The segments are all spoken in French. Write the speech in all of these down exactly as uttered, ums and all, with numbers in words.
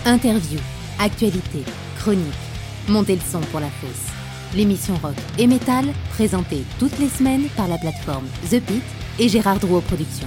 Interview, actualité, chronique, montez le son pour la fosse. L'émission rock et métal, présentée toutes les semaines par la plateforme The Pit et Gérard Drouot Productions.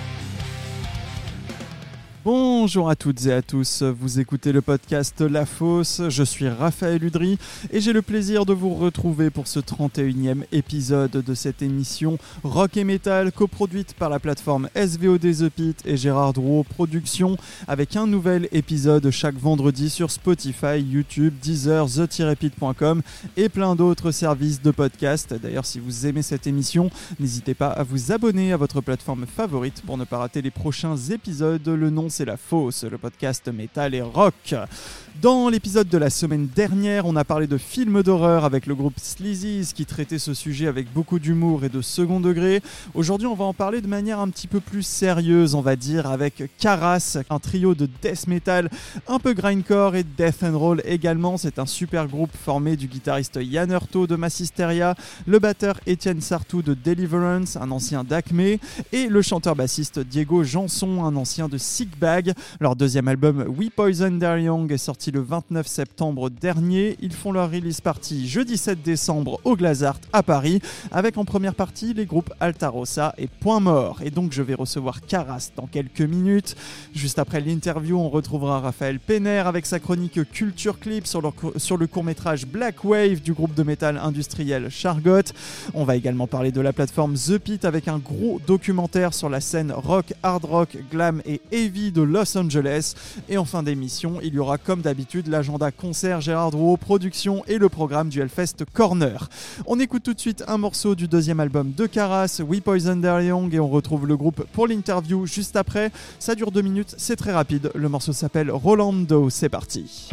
Bonjour à toutes et à tous, vous écoutez le podcast La Fosse, je suis Raphaël Udry et j'ai le plaisir de vous retrouver pour ce trente et unième épisode de cette émission rock et metal coproduite par la plateforme S V O D The Pit et Gérard Drouot Productions, avec un nouvel épisode chaque vendredi sur Spotify, YouTube, Deezer, the tiret pit point com et plein d'autres services de podcast. D'ailleurs, si vous aimez cette émission, n'hésitez pas à vous abonner à votre plateforme favorite pour ne pas rater les prochains épisodes. Le nom c'est La Fosse, le podcast métal et rock. Dans l'épisode de la semaine dernière, on a parlé de films d'horreur avec le groupe Sleazy's qui traitait ce sujet avec beaucoup d'humour et de second degré. Aujourd'hui, on va en parler de manière un petit peu plus sérieuse, on va dire, avec Karas, un trio de death metal, un peu grindcore et death and roll également. C'est un super groupe formé du guitariste Yann Hurtaud de Massisteria, le batteur Étienne Sartou de Deliverance, un ancien d'Acme, et le chanteur-bassiste Diego Janson, un ancien de Sickbag. Leur deuxième album We Poison Their Young est sorti le vingt-neuf septembre dernier. Ils font leur release party jeudi sept décembre au Glazart à Paris, avec en première partie les groupes Altarossa et Point Mort. Et donc je vais recevoir Karas dans quelques minutes. Juste après l'interview, on retrouvera Raphaël Penner avec sa chronique Culture Clip sur, leur, sur le court-métrage Black Wave du groupe de métal industriel Chargot. On va également parler de la plateforme The Pit avec un gros documentaire sur la scène rock, hard rock, glam et heavy de Los Angeles. Et en fin d'émission, il y aura comme d'habitude l'agenda concert Gérard Drouot Productions et le programme du Hellfest Corner. On écoute tout de suite un morceau du deuxième album de Karas, We Poison Their Young, et on retrouve le groupe pour l'interview juste après. Ça dure deux minutes, c'est très rapide. Le morceau s'appelle Rolando, c'est parti.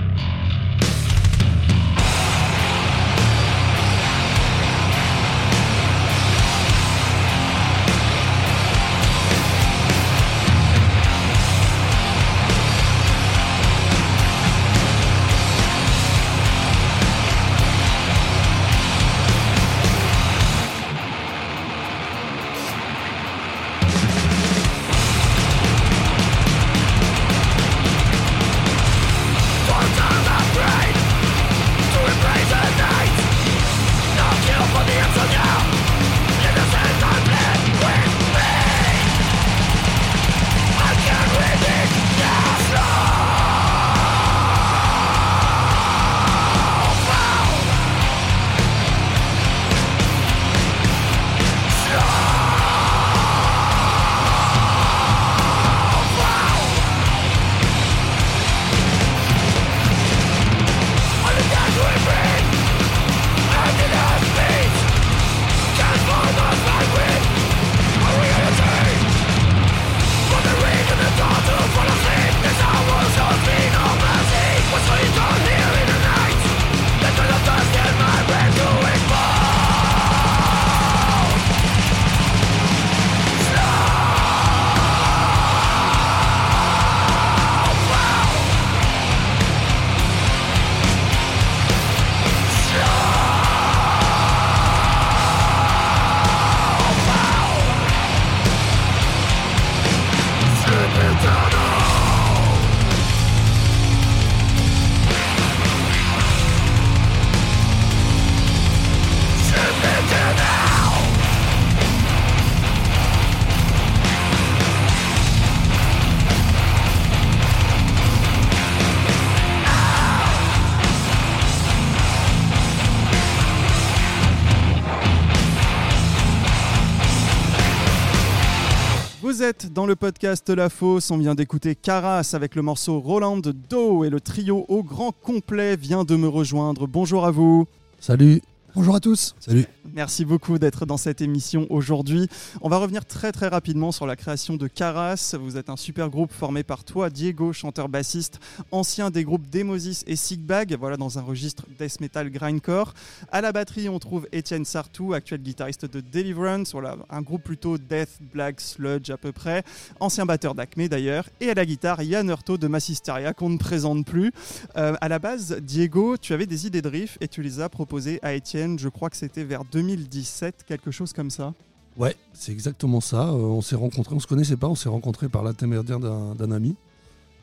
Vous êtes dans le podcast La Fosse, on vient d'écouter Karas avec le morceau Rolando et le trio au grand complet vient de me rejoindre. Bonjour à vous. Salut. Bonjour à tous. Salut. Merci beaucoup d'être dans cette émission aujourd'hui. On va revenir très très rapidement sur la création de Karas. Vous êtes un super groupe formé par toi, Diego, chanteur-bassiste, ancien des groupes Demosis et Sickbag, voilà, dans un registre death metal grindcore. À la batterie, on trouve Étienne Sartou, actuel guitariste de Deliverance, voilà, un groupe plutôt death, black, sludge à peu près, ancien batteur d'Acme d'ailleurs. Et à la guitare, Yann Hurtaud de Massisteria, qu'on ne présente plus. Euh, à la base, Diego, tu avais des idées de riff et tu les as proposées à Étienne, je crois que c'était vers deux mille dix-sept, quelque chose comme ça. Ouais, c'est exactement ça. Euh, on s'est rencontrés, on se connaissait pas, on s'est rencontrés par l'intermédiaire d'un, d'un ami.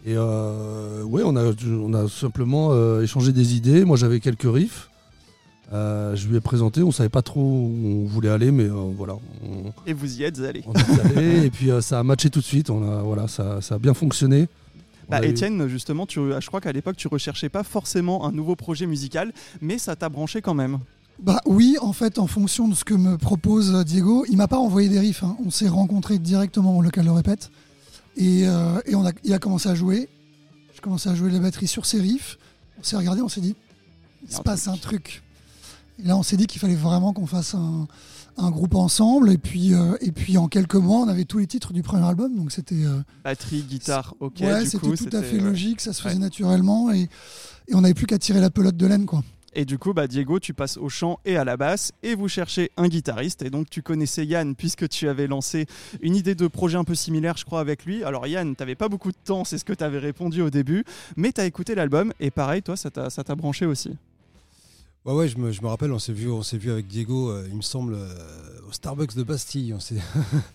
Et euh, ouais, on a, on a simplement euh, échangé des idées. Moi, j'avais quelques riffs. Euh, je lui ai présenté. On savait pas trop où on voulait aller, mais euh, voilà. On, et vous y êtes allé. On est allé et puis euh, ça a matché tout de suite. On a, voilà, ça, ça a bien fonctionné. Bah, Étienne, justement, tu, je crois qu'à l'époque, tu recherchais pas forcément un nouveau projet musical, mais ça t'a branché quand même. Bah oui, en fait, en fonction de ce que me propose Diego, il m'a pas envoyé des riffs. Hein. On s'est rencontrés directement au local de répète. Et, euh, et on a, il a commencé à jouer. Je commençais à jouer la batterie sur ses riffs. On s'est regardé, on s'est dit, il se passe un truc. Et là, on s'est dit qu'il fallait vraiment qu'on fasse un, un groupe ensemble. Et puis, euh, et puis, en quelques mois, on avait tous les titres du premier album. Donc, c'était. Euh, batterie, guitare, ok. Ouais, du c'était coup, tout c'était, à fait ouais. logique. Ça se faisait ouais. naturellement. Et, et on n'avait plus qu'à tirer la pelote de laine, quoi. Et du coup, bah, Diego, tu passes au chant et à la basse et vous cherchez un guitariste. Et donc, tu connaissais Yann puisque tu avais lancé une idée de projet un peu similaire, je crois, avec lui. Alors, Yann, tu n'avais pas beaucoup de temps, c'est ce que tu avais répondu au début. Mais tu as écouté l'album et pareil, toi, ça t'a, ça t'a branché aussi. Ouais, ouais, je me, je me rappelle, on s'est vu, on s'est vu avec Diego, euh, il me semble, euh, au Starbucks de Bastille. On s'est,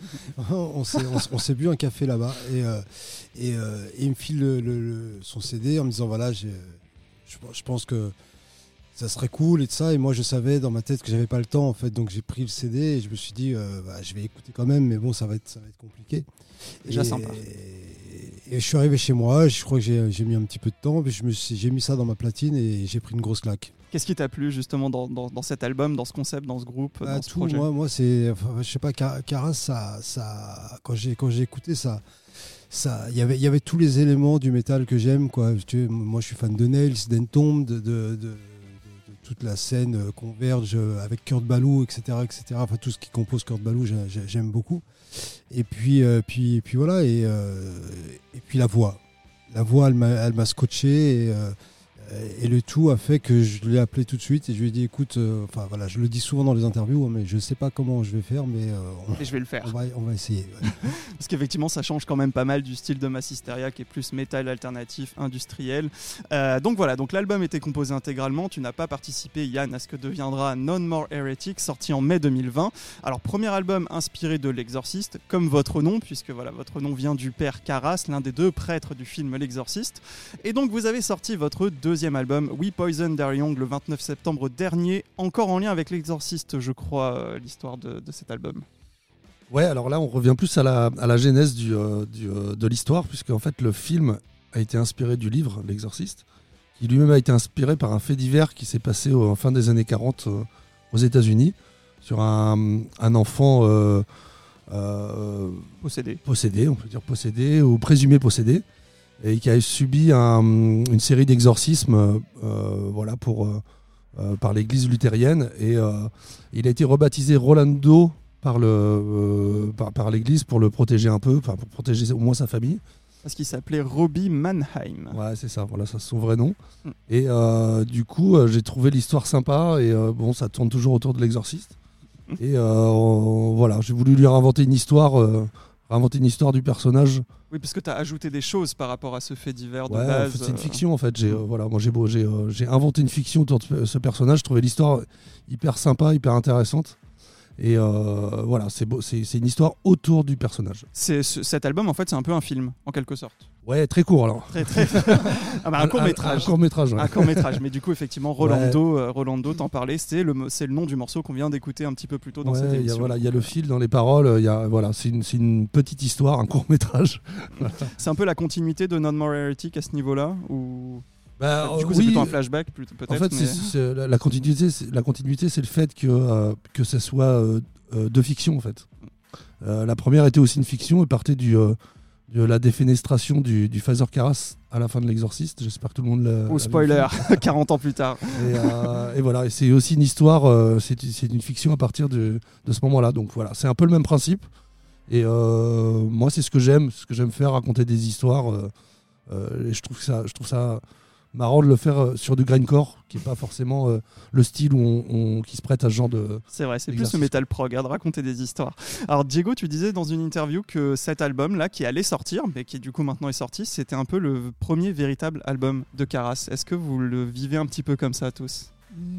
on s'est, on, on s'est bu un café là-bas et, euh, et, euh, et il me file le, le, le, son C D en me disant voilà, j'ai, je, je pense que ça serait cool et tout ça. Et moi, je savais dans ma tête que j'avais pas le temps en fait, donc j'ai pris le C D et je me suis dit euh, bah, je vais écouter quand même, mais bon, ça va être, ça va être compliqué. Déjà et, sympa. Et, et je suis arrivé chez moi. Je crois que j'ai, j'ai mis un petit peu de temps, mais je me suis, j'ai mis ça dans ma platine et j'ai pris une grosse claque. Qu'est-ce qui t'a plu justement dans, dans, dans cet album, dans ce concept, dans ce groupe, bah, dans ce tout, projet? Moi, moi c'est, enfin, je sais pas, Karas, ça, ça, quand j'ai, quand j'ai écouté ça, ça, il y avait, il y avait tous les éléments du métal que j'aime, quoi. Tu sais, moi, je suis fan de Nails, d'Entomb, de, de, de, de, de toute la scène euh, Converge euh, avec Kurt Ballou, et cetera, et cetera. Enfin, tout ce qui compose Kurt Ballou, j'ai, j'aime beaucoup. Et puis, euh, puis, et puis voilà, et, euh, et puis la voix, la voix, elle m'a, elle m'a scotché. Et, euh, Et le tout a fait que je l'ai appelé tout de suite et je lui ai dit écoute, euh, enfin voilà, je le dis souvent dans les interviews, hein, mais je sais pas comment je vais faire, mais euh, on, et je vais le faire. On va, on va essayer. Ouais. Parce qu'effectivement, ça change quand même pas mal du style de Massisteria qui est plus métal alternatif, industriel. Euh, donc voilà, donc l'album était composé intégralement. Tu n'as pas participé, Yann, à ce que deviendra No More Heretic, sorti en mai deux mille vingt. Alors premier album inspiré de L'Exorciste, comme votre nom, puisque voilà, votre nom vient du père Karas, l'un des deux prêtres du film L'Exorciste. Et donc vous avez sorti votre deuxième album We Poison Their Young le vingt-neuf septembre dernier, encore en lien avec L'Exorciste, je crois, euh, l'histoire de, de cet album. Ouais, alors là on revient plus à la, à la genèse du, euh, du, euh, de l'histoire, puisque en fait le film a été inspiré du livre L'Exorciste, qui lui-même a été inspiré par un fait divers qui s'est passé en fin des années quarante euh, aux États-Unis sur un, un enfant euh, euh, possédé. possédé, on peut dire possédé ou présumé possédé, et qui a subi un, une série d'exorcismes euh, voilà, pour, euh, euh, par l'église luthérienne. Et euh, il a été rebaptisé Rolando par, le, euh, par, par l'église pour le protéger un peu, pour protéger au moins sa famille. Parce qu'il s'appelait Robbie Mannheim. Ouais, c'est ça, voilà, ça, c'est son vrai nom. Mm. Et euh, du coup, euh, j'ai trouvé l'histoire sympa, et euh, bon, ça tourne toujours autour de l'exorciste. Mm. Et euh, on, voilà, j'ai voulu lui réinventer une histoire, euh, réinventer une histoire du personnage. Oui, parce que tu as ajouté des choses par rapport à ce fait divers de ouais, base. En fait, c'est une fiction, en fait. J'ai, euh, voilà, moi, j'ai, j'ai, euh, j'ai inventé une fiction autour de ce personnage. Je trouvais l'histoire hyper sympa, hyper intéressante. Et euh, voilà, c'est, beau, c'est, c'est une histoire autour du personnage. C'est, ce, cet album, en fait, c'est un peu un film, en quelque sorte. Ouais, très court, alors. Très, très... ah bah, un court-métrage. Un, un court-métrage, ouais. Un court-métrage. Mais du coup, effectivement, Rolando, ouais. euh, Rolando t'en parlait. C'est le, c'est le nom du morceau qu'on vient d'écouter un petit peu plus tôt dans ouais, cette émission. Il voilà, y a le fil dans les paroles. Y a, voilà, c'est, une, c'est une petite histoire, un court-métrage. C'est un peu la continuité de No More Heretic à ce niveau-là ou... Bah, du coup, oui, c'est plutôt un flashback, peut-être. En fait, mais... c'est, c'est, la, la, continuité, c'est, la continuité, c'est le fait que, euh, que ça soit euh, euh, de fiction, en fait. Euh, la première était aussi une fiction et partait du, euh, de la défenestration du, du Father Karas à la fin de L'Exorciste. J'espère que tout le monde l'a. Oh, spoiler, quarante ans plus tard. Et, euh, et voilà, et c'est aussi une histoire, euh, c'est, c'est une fiction à partir de, de ce moment-là. Donc voilà, c'est un peu le même principe. Et euh, moi, c'est ce que j'aime, ce que j'aime faire, raconter des histoires. Euh, euh, et je trouve que ça. Je trouve ça marrant de le faire sur du grindcore, qui n'est pas forcément euh, le style où on, on, qui se prête à ce genre de... C'est vrai, c'est plus le metal prog, hein, de raconter des histoires. Alors Diego, tu disais dans une interview que cet album-là, qui allait sortir, mais qui du coup maintenant est sorti, c'était un peu le premier véritable album de Karas. Est-ce que vous le vivez un petit peu comme ça tous ?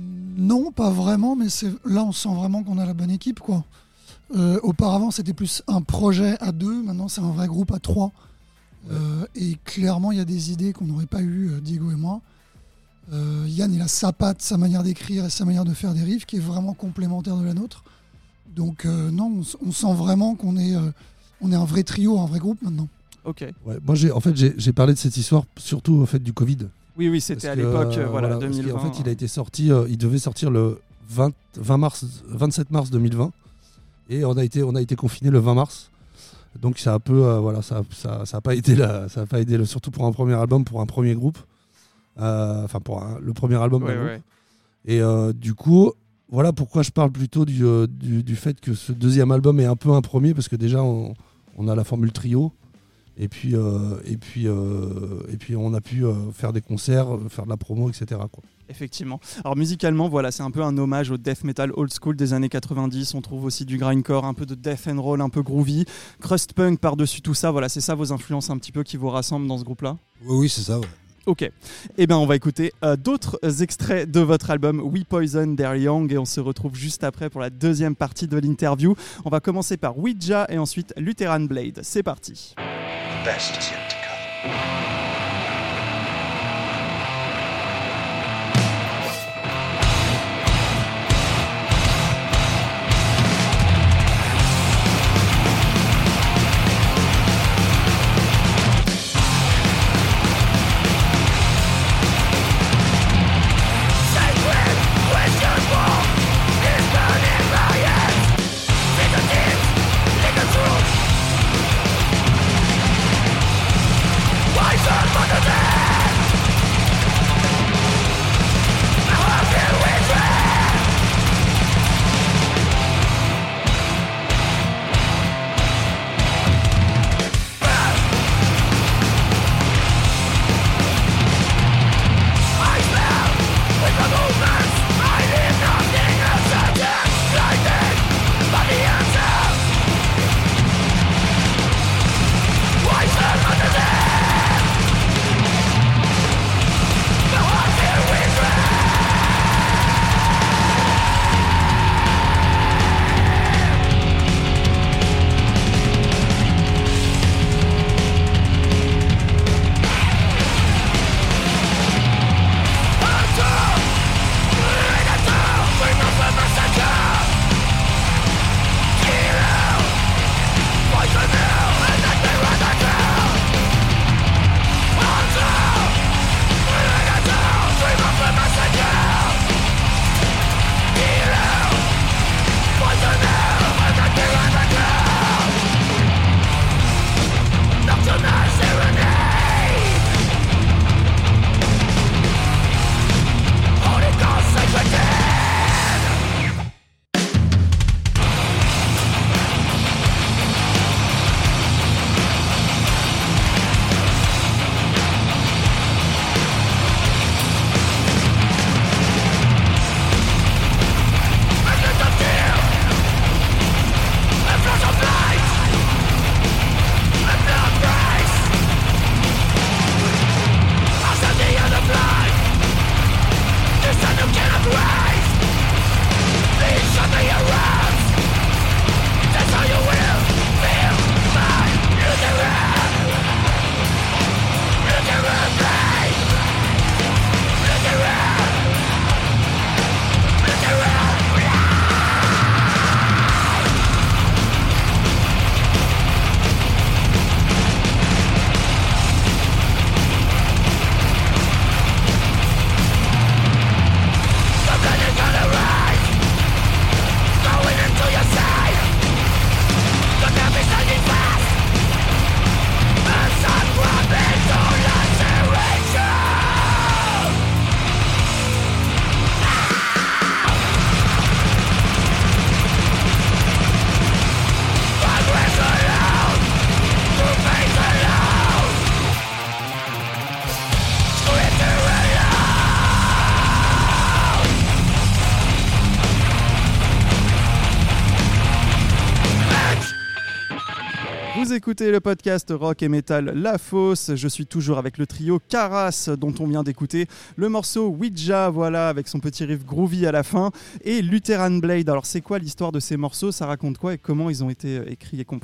Non, pas vraiment, mais c'est... là on sent vraiment qu'on a la bonne équipe, quoi. Euh, auparavant, c'était plus un projet à deux, maintenant c'est un vrai groupe à trois. Euh, et clairement, il y a des idées qu'on n'aurait pas eues, euh, Diego et moi. Euh, Yann, il a sa patte, sa manière d'écrire et sa manière de faire des riffs qui est vraiment complémentaire de la nôtre. Donc euh, non, on, on sent vraiment qu'on est, euh, on est un vrai trio, un vrai groupe maintenant. Ok. Ouais, moi, j'ai, en fait, j'ai, j'ai parlé de cette histoire surtout au fait du Covid. Oui, oui, c'était Parce à que, l'époque, euh, euh, voilà, voilà, deux mille vingt. En fait, il a été sorti, euh, il devait sortir le vingt, vingt mars, vingt-sept mars deux mille vingt, et on a été, on a été confiné le vingt mars. Donc ça a un peu, euh, voilà, ça, ça, ça a pas été là, ça a pas aidé, le, surtout pour un premier album, pour un premier groupe, euh, enfin pour un, le premier album. Ouais, d'un ouais. groupe. Et euh, du coup, voilà pourquoi je parle plutôt du, euh, du, du fait que ce deuxième album est un peu un premier, parce que déjà on, on a la formule trio. Et puis, euh, et, puis, euh, et puis on a pu euh, faire des concerts, faire de la promo, et cetera quoi. Effectivement. Alors musicalement, voilà, c'est un peu un hommage au death metal old school des années quatre-vingt-dix. On trouve aussi du grindcore, un peu de death and roll, un peu groovy, crust punk par-dessus tout ça. Voilà, c'est ça vos influences un petit peu qui vous rassemblent dans ce groupe-là ? Oui, oui, c'est ça. Ouais. Ok. Eh bien, on va écouter euh, d'autres extraits de votre album We Poison Their Young et on se retrouve juste après pour la deuxième partie de l'interview. On va commencer par Ouija et ensuite Lutheran Blade. C'est parti. Best is yet to come. Vous écoutez le podcast Rock et Metal La Fosse. Je suis toujours avec le trio Karas dont on vient d'écouter le morceau Ouija, voilà, avec son petit riff groovy à la fin, et Lutheran Blade. Alors c'est quoi l'histoire de ces morceaux ? Ça raconte quoi et comment ils ont été écrits et composés ?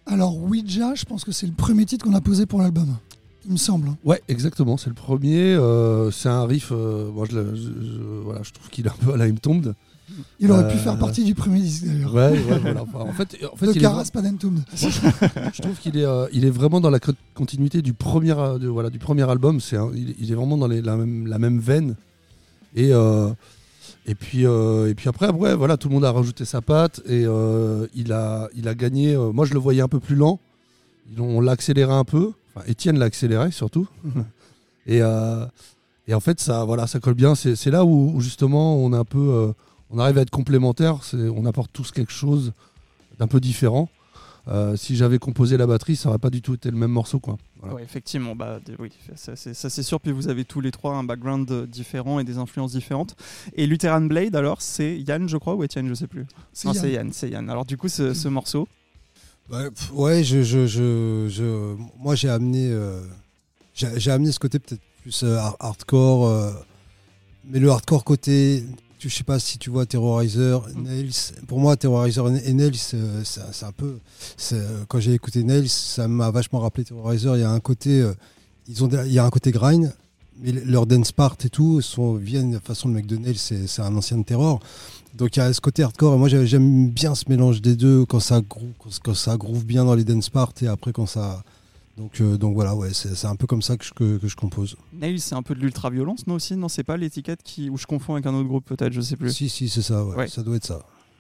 Alors Ouija, je pense que c'est le premier titre qu'on a posé pour l'album, il me semble. Ouais, exactement, c'est le premier. Euh, c'est un riff, euh, moi je, le- je, je- voilà, je trouve qu'il est un peu à la Him Tomb. Il aurait Euh, pu faire partie du premier disque d'ailleurs. Ouais, ouais, voilà. Enfin, en fait, en fait De il est Caras Padentum. Je trouve qu'il est, euh, il est vraiment dans la co- continuité du premier, euh, de- voilà, du premier album. C'est un- il, il est vraiment dans les- la, même, la même veine. Et, euh, et, puis, euh, et puis après, ouais, voilà, tout le monde a rajouté sa patte. Et euh, il, a, il a gagné. euh, moi, je le voyais un peu plus lent. Ils ont- On l'a accéléré un peu. Enfin, Étienne l'a accéléré surtout. et, euh, et en fait, ça, voilà, ça colle bien. C'est, c'est là où, où justement on, est un peu, euh, on arrive à être complémentaires. C'est, on apporte tous quelque chose d'un peu différent. Euh, si j'avais composé la batterie, ça n'aurait pas du tout été le même morceau, quoi. Voilà. Ouais, effectivement, bah, de- oui, ça c'est, ça c'est sûr. Puis vous avez tous les trois un background euh, différent et des influences différentes. Et Lutheran Blade, alors, c'est Yann, je crois, ou Étienne, je sais plus. C'est Non, Yann. c'est Yann, c'est Yann. Alors du coup, ce, ce morceau, Ouais, pff, ouais, je, je, je, je- moi j'ai amené, euh, j'ai, j'ai amené ce côté peut-être plus euh, hard- hardcore, euh, mais le hardcore côté, tu, je sais pas si tu vois Terrorizer, Nails. Pour moi, Terrorizer et Nails, euh, c'est, c'est un peu, c'est, euh, quand j'ai écouté Nails, ça m'a vachement rappelé Terrorizer. Il y a un côté, euh, ils ont, des- il y a un côté grind. Mais leur dance part et tout sont, viennent de toute façon, le mec de Nails, c'est, c'est un ancien de Terror. Donc il y a ce côté hardcore, et moi j'ai- j'aime bien ce mélange des deux quand ça groove, quand, quand ça groove bien dans les dance parts et après quand ça. Donc, euh, donc voilà, ouais, c'est, c'est un peu comme ça que je, que, que je compose. Nail, c'est un peu de l'ultra-violence, non aussi? Non, c'est pas l'étiquette qui... où je confonds avec un autre groupe, peut-être, je sais plus. Si, si, c'est ça, ouais, Ouais. ça doit être ça.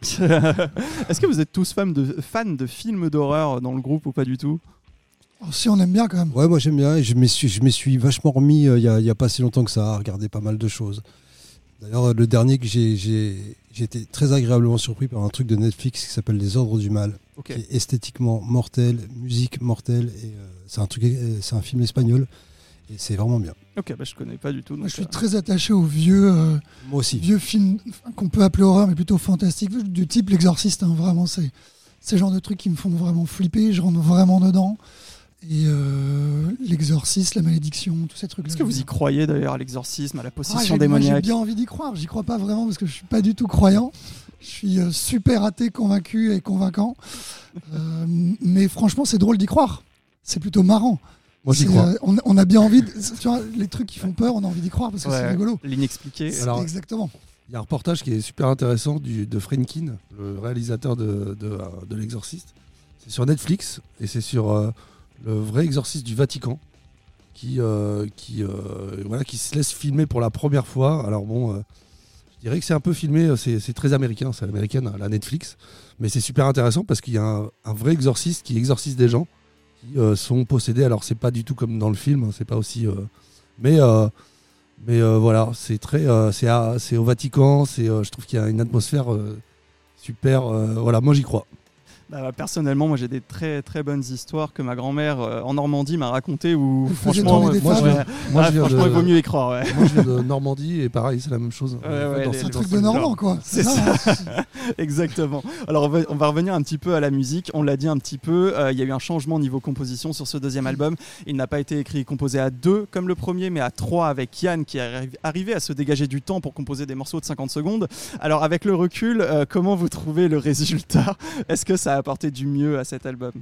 Est-ce que vous êtes tous fans de, fans de films d'horreur dans le groupe ou pas du tout? Oh, si on aime bien quand même. Ouais, moi j'aime bien et je me suis, je me suis vachement remis euh, il y, a, il y a pas si longtemps que ça à regarder pas mal de choses. D'ailleurs, le dernier que j'ai, j'ai, j'ai été très agréablement surpris par un truc de Netflix qui s'appelle Les Ordres du Mal, Ok. qui est esthétiquement mortel, musique mortelle, et euh, c'est un truc, euh, c'est un film espagnol et c'est vraiment bien. Ok, bah je connais pas du tout. Moi, donc, je suis euh, très attaché aux vieux, euh, Moi aussi. vieux films qu'on peut appeler horreur, mais plutôt fantastiques, du type L'Exorciste. Hein, vraiment, c'est c'est le genre de trucs qui me font vraiment flipper. Je rentre vraiment dedans. Et euh, L'Exorciste, la malédiction, tous ces trucs-là. Est-ce que vous y croyez d'ailleurs à l'exorcisme, à la Ah, possession j'ai, moi, démoniaque? j'ai bien envie d'y croire. J'y crois pas vraiment parce que je suis pas du tout croyant. Je suis euh, super athée, convaincu et convaincant. Euh, mais franchement, c'est drôle d'y croire. C'est plutôt marrant. Moi, j'y C'est, crois. euh, on, on a bien envie. De, tu vois, les trucs qui font peur, on a envie d'y croire parce que Ouais, c'est rigolo. L'inexpliqué. C'est Alors- exactement. Il y a un reportage qui est super intéressant du, de Friedkin, le réalisateur de, de, euh, de L'Exorciste. C'est sur Netflix et c'est sur euh, le vrai exorciste du Vatican qui, euh, qui, euh, voilà, qui se laisse filmer pour la première fois. Alors bon, euh, je dirais que c'est un peu filmé, euh, c'est, c'est très américain, c'est américaine, la Netflix. Mais c'est super intéressant parce qu'il y a un, un vrai exorciste qui exorcise des gens qui euh, sont possédés. Alors c'est pas du tout comme dans le film, hein, c'est pas aussi... euh, mais... euh, Mais euh, voilà, c'est très, euh, c'est, à- c'est au Vatican. C'est, euh, je trouve qu'il y a une atmosphère euh, super. euh, voilà, moi j'y crois. Bah, personnellement, moi j'ai des très très bonnes histoires que ma grand-mère euh, en Normandie m'a racontées où Vous faisiez franchement, tourner des moi, tables. je- Moi, ah, je viens franchement de- il vaut mieux y croire. Ouais. Moi je viens de Normandie et pareil, c'est la même chose. Ouais, ouais, Dans les- ce- C'est un dans truc ce de truc-là. Normand, quoi. C'est ça. hein. Exactement. Alors on va, on va revenir un petit peu à la musique. On l'a dit un petit peu, euh, il y a eu un changement niveau composition sur ce deuxième album. Il n'a pas été écrit et composé à deux comme le premier, mais à trois avec Yann qui est arri- arrivé à se dégager du temps pour composer des morceaux de cinquante secondes. Alors avec le recul, euh, comment vous trouvez le résultat? Est-ce que ça a apporté du mieux à cet album?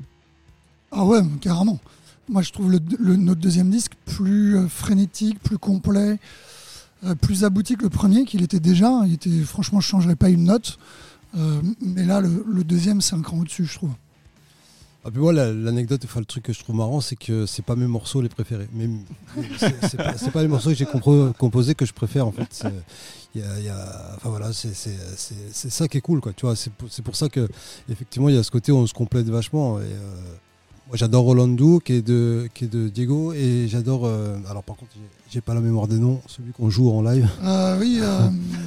Ah ouais, carrément. Moi, je trouve le, le- notre deuxième disque plus euh, frénétique, plus complet, euh, plus abouti que le premier, qu'il était déjà. Il était, franchement, je ne changerais pas une note. Euh, mais là, le, le deuxième, c'est un cran au-dessus, je trouve. Ah, puis moi, la- l'anecdote, enfin, le truc que je trouve marrant, c'est que c'est pas mes morceaux les préférés. Mais mais c'est, c'est pas, c'est pas les morceaux que j'ai compro- composés que je préfère, en fait. C'est, il y a, il y a- enfin voilà, c'est, c'est, c'est, c'est ça qui est cool, quoi. Tu vois, c'est, pour, c'est pour ça que, effectivement, il y a ce côté où on se complète vachement. Et, euh, moi, j'adore Rolando, qui est de, qui est de Diego, et j'adore. euh, alors, par contre, j'ai, j'ai pas la mémoire des noms, celui qu'on joue en live. Euh, oui, euh,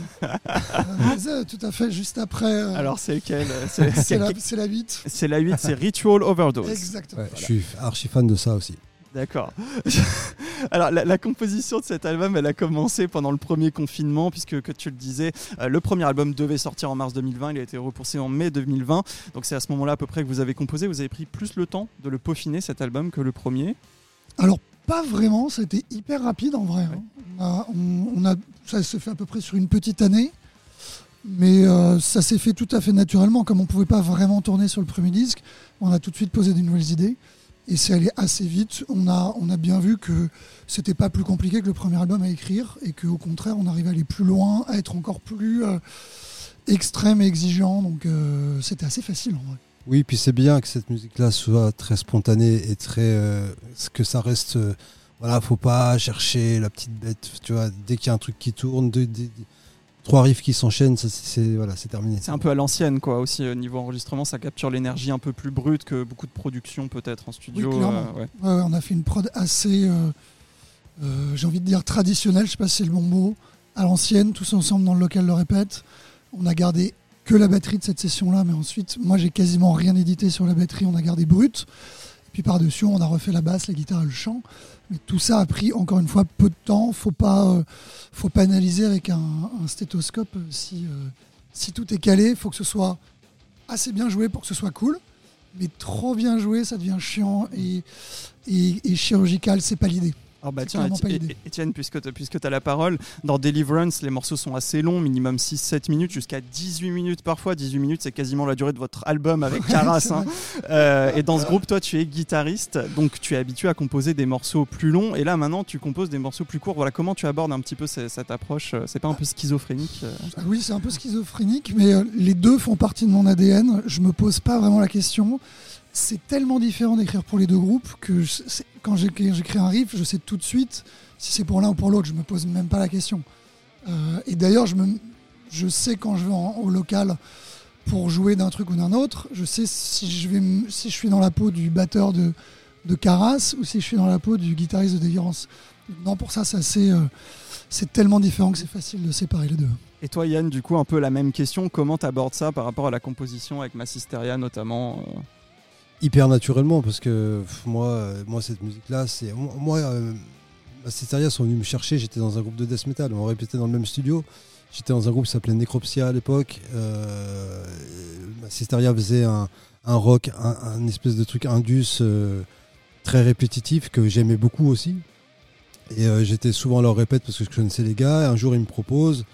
euh, c'est tout à fait, juste après. euh, Alors c'est lequel? C'est, c'est, la, c'est la huit. c'est la huit, c'est Ritual Overdose. Exactement. Ouais, Je suis archi fan de ça aussi. D'accord. Alors la, la composition de cet album, elle a commencé pendant le premier confinement, puisque que tu le disais, euh, le premier album devait sortir en mars deux mille vingt, il a été repoussé en mai deux mille vingt. Donc c'est à ce moment-là à peu près que vous avez composé. Vous avez pris plus le temps de le peaufiner cet album que le premier. Alors, pas vraiment, ça a été hyper rapide en vrai. hein. On a, on, on a, ça s'est fait à peu près sur une petite année. Mais euh, ça s'est fait tout à fait naturellement. Comme on ne pouvait pas vraiment tourner sur le premier disque, on a tout de suite posé des nouvelles idées. Et c'est allé assez vite. On a, on a bien vu que c'était pas plus compliqué que le premier album à écrire et qu'au contraire, on arrivait à aller plus loin, à être encore plus euh, extrême et exigeant. Donc euh, c'était assez facile en vrai. Oui, puis c'est bien que cette musique-là soit très spontanée et très euh, que ça reste. Euh, voilà, faut pas chercher la petite bête. Tu vois, dès qu'il y a un truc qui tourne, deux, deux, trois riffs qui s'enchaînent, ça, c'est voilà, c'est terminé. C'est un peu à l'ancienne, quoi. Aussi au niveau enregistrement, ça capture l'énergie un peu plus brute que beaucoup de productions peut-être en studio. Oui, clairement. Euh, ouais. Ouais, ouais, on a fait une prod assez, euh, euh, j'ai envie de dire traditionnelle. Je sais pas si c'est le bon mot. À l'ancienne, tous ensemble dans le local le répète. On a gardé que la batterie de cette session-là, mais ensuite, moi, j'ai quasiment rien édité sur la batterie. On a gardé brut. Et puis par-dessus, on a refait la basse, la guitare et le chant. Mais tout ça a pris, encore une fois, peu de temps. Faut pas, euh, faut pas analyser avec un, un stéthoscope si, euh, si tout est calé. Il faut que ce soit assez bien joué pour que ce soit cool. Mais trop bien joué, ça devient chiant et, et, et chirurgical. C'est pas l'idée. Alors bah C'est tiens, clairement pas Éti- l'idée. Étienne, puisque tu puisque as la parole, dans Deliverance, les morceaux sont assez longs, minimum six sept minutes, jusqu'à dix-huit minutes parfois. dix-huit minutes, c'est quasiment la durée de votre album avec Karas. C'est hein. vrai. Euh, et dans ce groupe, toi, tu es guitariste, donc tu es habitué à composer des morceaux plus longs. Et là, maintenant, tu composes des morceaux plus courts. Voilà, comment tu abordes un petit peu cette, cette approche? C'est pas un peu schizophrénique euh Oui, c'est un peu schizophrénique, mais euh, les deux font partie de mon A D N. Je me pose pas vraiment la question. C'est tellement différent d'écrire pour les deux groupes que je- c'est- quand j'écris j'écris un riff, je sais tout de suite si c'est pour l'un ou pour l'autre. Je me pose même pas la question. Euh, et d'ailleurs, je, me, je sais quand je vais en- au local pour jouer d'un truc ou d'un autre, je sais si je, vais, m- si je suis dans la peau du batteur de, de Karas ou si je suis dans la peau du guitariste de Deliverance. Non, pour ça, c'est assez, euh, c'est tellement différent que c'est facile de séparer les deux. Et toi, Yann, du coup, un peu la même question. Comment tu abordes ça par rapport à la composition avec Massisteria notamment euh Hyper naturellement parce que pff, moi, euh, moi cette musique-là, c'est moi. Euh, Massisteria sont venus me chercher. J'étais dans un groupe de death metal. On répétait dans le même studio. J'étais dans un groupe qui s'appelait Necropsia à l'époque. Euh, Massisteria faisait un, un rock, un, un espèce de truc indus euh, très répétitif que j'aimais beaucoup aussi. Et euh, j'étais souvent à leur répète parce que je connaissais les gars. Un jour, ils me proposent.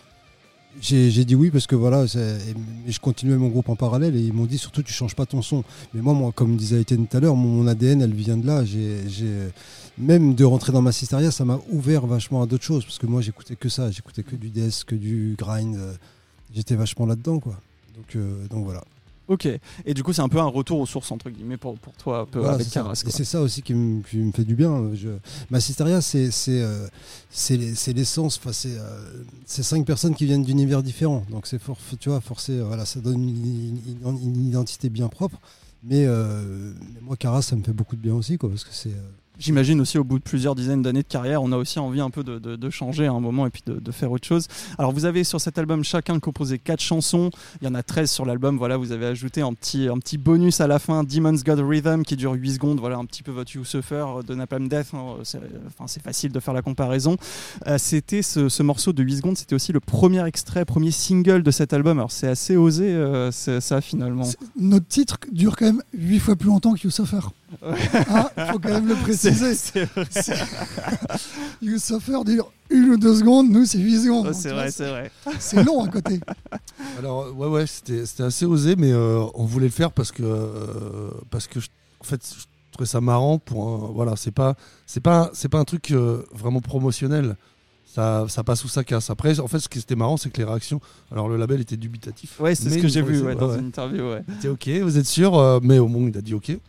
J'ai, j'ai dit oui parce que voilà, c'est, et je continuais mon groupe en parallèle et ils m'ont dit surtout tu changes pas ton son. Mais moi, moi comme disait Étienne tout à l'heure, mon, mon A D N elle vient de là. J'ai, j'ai, même de rentrer dans Massisteria, ça m'a ouvert vachement à d'autres choses parce que moi j'écoutais que ça, j'écoutais que du death, que du grind. euh, J'étais vachement là-dedans quoi. Donc, euh, donc voilà. Ok. Et du coup, c'est un peu un retour aux sources, entre guillemets, pour, pour toi, un peu Voilà, avec c'est ça. Karas. Et quoi. c'est ça aussi qui me, qui me fait du bien. Je... Massisteria, c'est, c'est, euh, c'est, les- c'est l'essence. Enfin, c'est, euh, c'est cinq personnes qui viennent d'univers différents. Donc, c'est for, tu vois, forcé, euh, voilà, ça donne une, une- une identité bien propre. Mais, euh, mais moi, Karas, ça me fait beaucoup de bien aussi, quoi, parce que c'est. euh, J'imagine aussi au bout de plusieurs dizaines d'années de carrière, on a aussi envie un peu de, de, de changer à un moment et puis de, de faire autre chose. Alors vous avez sur cet album chacun composé quatre chansons, il y en a treize sur l'album, voilà, vous avez ajouté un petit, un petit bonus à la fin, Demon's God Rhythm qui dure huit secondes, voilà un petit peu votre You Suffer de Napalm Death, hein, c'est, enfin, c'est facile de faire la comparaison. Euh, c'était ce, ce morceau de huit secondes, c'était aussi le premier extrait, premier single de cet album, alors c'est assez osé euh, c'est, ça finalement. C'est- Notre titre dure quand même huit fois plus longtemps que You Suffer. Ah, faut quand même le C'est, préciser. c'est vrai, C'est- You Suffer dure une ou deux secondes, nous c'est huit secondes. Ouais, Donc, c'est tu vrai, vois, c'est vrai. C'est long à côté. Alors euh, ouais ouais c'était c'était assez osé mais euh, on voulait le faire parce que euh, parce que je- en fait je trouvais ça marrant pour un- voilà c'est pas c'est pas c'est pas un truc euh, vraiment promotionnel. Ça, ça passe ou ça casse. Après, en fait, ce qui était marrant, c'est que les réactions. Alors, le label était dubitatif. Ouais, c'est mais ce que il j'ai nous vu paraissait- ouais, dans ouais, une interview. Ouais. Il était OK, vous êtes sûr euh, Mais au moins, il a dit OK. Et,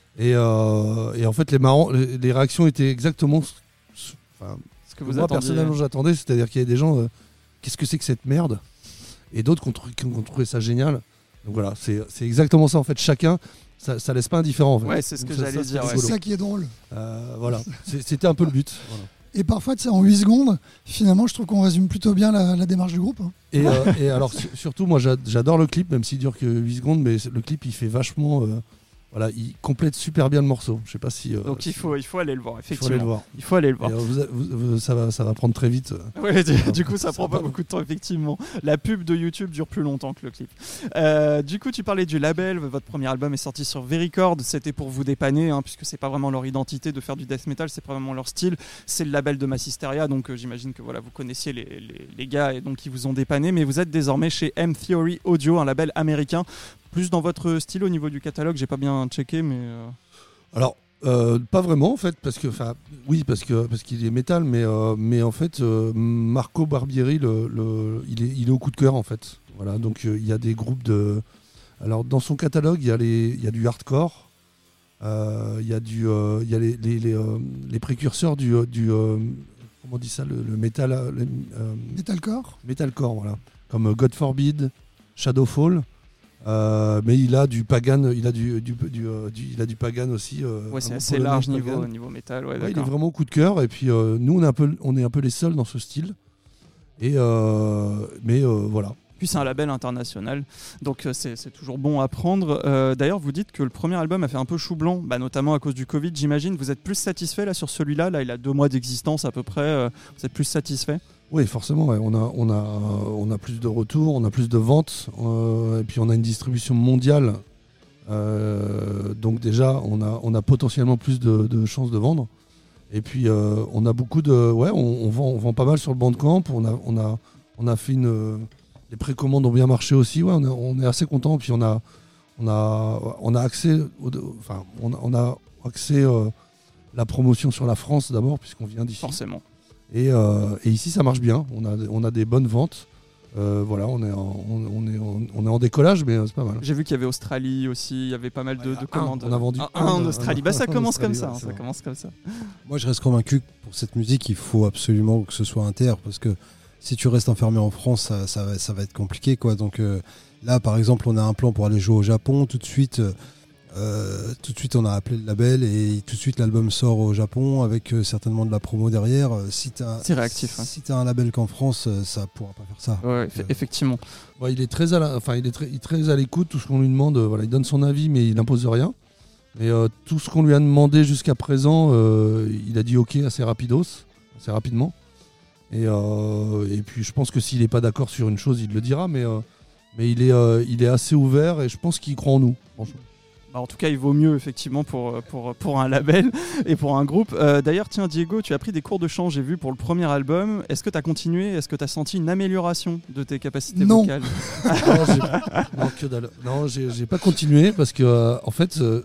euh, et en fait, les, marrants, les, les réactions étaient exactement. ce- ce- Enfin, Ce que moi, vous attendiez. personnellement, j'attendais. C'est-à-dire qu'il y a des gens. euh, Qu'est-ce que c'est que cette merde? Et d'autres qui ont, trou- qui ont trouvé ça génial. Donc voilà, c'est c'est exactement ça. En fait, chacun. Ça, ça laisse pas indifférent. En fait. Ouais, c'est ce que Donc ça- j'allais ça, dire, c'est ouais. C'est rigolo. ça qui est drôle. Euh, voilà, C'est- c'était un peu le but. Voilà. Et parfois, tu sais, en huit secondes, finalement, je trouve qu'on résume plutôt bien la, la démarche du groupe. hein. Et, euh, et alors su- surtout moi j'a- j'adore le clip même s'il dure que huit secondes mais le clip il fait vachement euh, voilà, il complète super bien le morceau. Je sais pas si. Euh, Donc il si- faut, il faut aller le voir, il faut effectivement. aller le voir. Il faut aller le voir. Et, euh, vous, vous- vous- ça va, ça va prendre très vite. Ouais, du, du coup, ça Ça prend va pas pas beaucoup de temps, effectivement. La pub de YouTube dure plus longtemps que le clip. Euh, du coup, tu parlais du label. Votre premier album est sorti sur V-Record. C'était pour vous dépanner, hein, puisque c'est pas vraiment leur identité de faire du death metal, c'est pas vraiment leur style. C'est le label de Massisteria, donc euh, j'imagine que voilà, vous connaissiez les, les, les gars et donc ils vous ont dépanné. Mais vous êtes désormais chez M-Theory Audio, un label américain. Plus dans votre style au niveau du catalogue, j'ai pas bien checké, mais. Euh... Alors, euh, pas vraiment en fait, parce que, enfin, oui, parce que parce qu'il est métal, mais euh, mais en fait, euh, Marco Barbieri, le, le- il est il est au coup de cœur en fait. Voilà, donc euh, il y a des groupes de. Alors dans son catalogue, il y a les il y a du hardcore, euh, il y a du euh, il y a les les, les, euh, les précurseurs du euh, du euh, comment on dit ça, le, le métal euh, le, euh, Metalcore. metalcore, voilà, comme God Forbid, Shadowfall. Euh, mais il a du pagan, il a du, du, du, euh, du- il a du pagan aussi. euh, Ouais, c'est vraiment assez polonais, large pagan. niveau, niveau métal. Ouais, Ouais, il est d'accord. vraiment au coup de cœur. Et puis euh, nous, on est un peu, on est un peu les seuls dans ce style. Et euh, mais euh, voilà. Puis c'est un label international, donc euh, c'est c'est toujours bon à prendre. Euh, D'ailleurs, vous dites que le premier album a fait un peu chou blanc, bah, notamment à cause du Covid, j'imagine. Vous êtes plus satisfait là sur celui-là. Là, il a deux mois d'existence à peu près. euh, vous êtes plus satisfait? Oui, forcément. Ouais. On a, on a, on a plus de retours, on a plus de ventes, euh, et puis on a une distribution mondiale. Euh, donc déjà, on a, on a potentiellement plus de, de chances de vendre. Et puis euh, on a beaucoup de, ouais, on, on vend, on vend pas mal sur le Bandcamp. On a, on a, on a fait une, les précommandes ont bien marché aussi. Ouais, on, est, on est assez content. Puis on a, on a, on a accès, au, enfin, on a, on a accès euh, la promotion sur la France d'abord, puisqu'on vient d'ici. Forcément. Et, euh, et ici, ça marche bien. On a, on a des bonnes ventes. Euh, voilà, on est, en, on, on est en, on est en décollage, mais euh, c'est pas mal. J'ai vu qu'il y avait Australie aussi, il y avait pas mal de, Ouais, de un, commandes. on a vendu un, un, un en un, Australie. un, Bah ça un en commence comme Australie, ça, ouais, hein, c'est ça vrai. commence comme ça. Moi, je reste convaincu que pour cette musique, il faut absolument que ce soit inter, parce que si tu restes enfermé en France, ça, ça, va, ça va être compliqué, quoi. Donc euh, là, par exemple, on a un plan pour aller jouer au Japon. Tout de suite, euh, tout de suite, on a appelé le label et tout de suite, l'album sort au Japon avec euh, certainement de la promo derrière. Euh, Si t'as, C'est réactif, hein. Si t'as un label qu'en France, euh, ça pourra pas faire ça. Ouais, Donc, eff- euh, effectivement. Ouais, il est très à la- enfin, il est très, il est très à l'écoute. Tout ce qu'on lui demande, euh, voilà, il donne son avis, mais il n'impose rien. Et euh, tout ce qu'on lui a demandé jusqu'à présent, euh, il a dit OK assez rapidos, assez rapidement. Et, euh, et puis je pense que s'il n'est pas d'accord sur une chose, il le dira, mais, euh, mais il, est, euh, il est assez ouvert et je pense qu'il croit en nous, franchement. Bah, en tout cas, il vaut mieux effectivement pour, pour, pour un label et pour un groupe. Euh, D'ailleurs, tiens, Diego, tu as pris des cours de chant, j'ai vu, pour le premier album. Est-ce que tu as continué? Est-ce que tu as senti une amélioration de tes capacités Non. vocales? Non, j'ai- non, que dalle. Non, j'ai j'ai pas continué parce que euh, en fait, euh,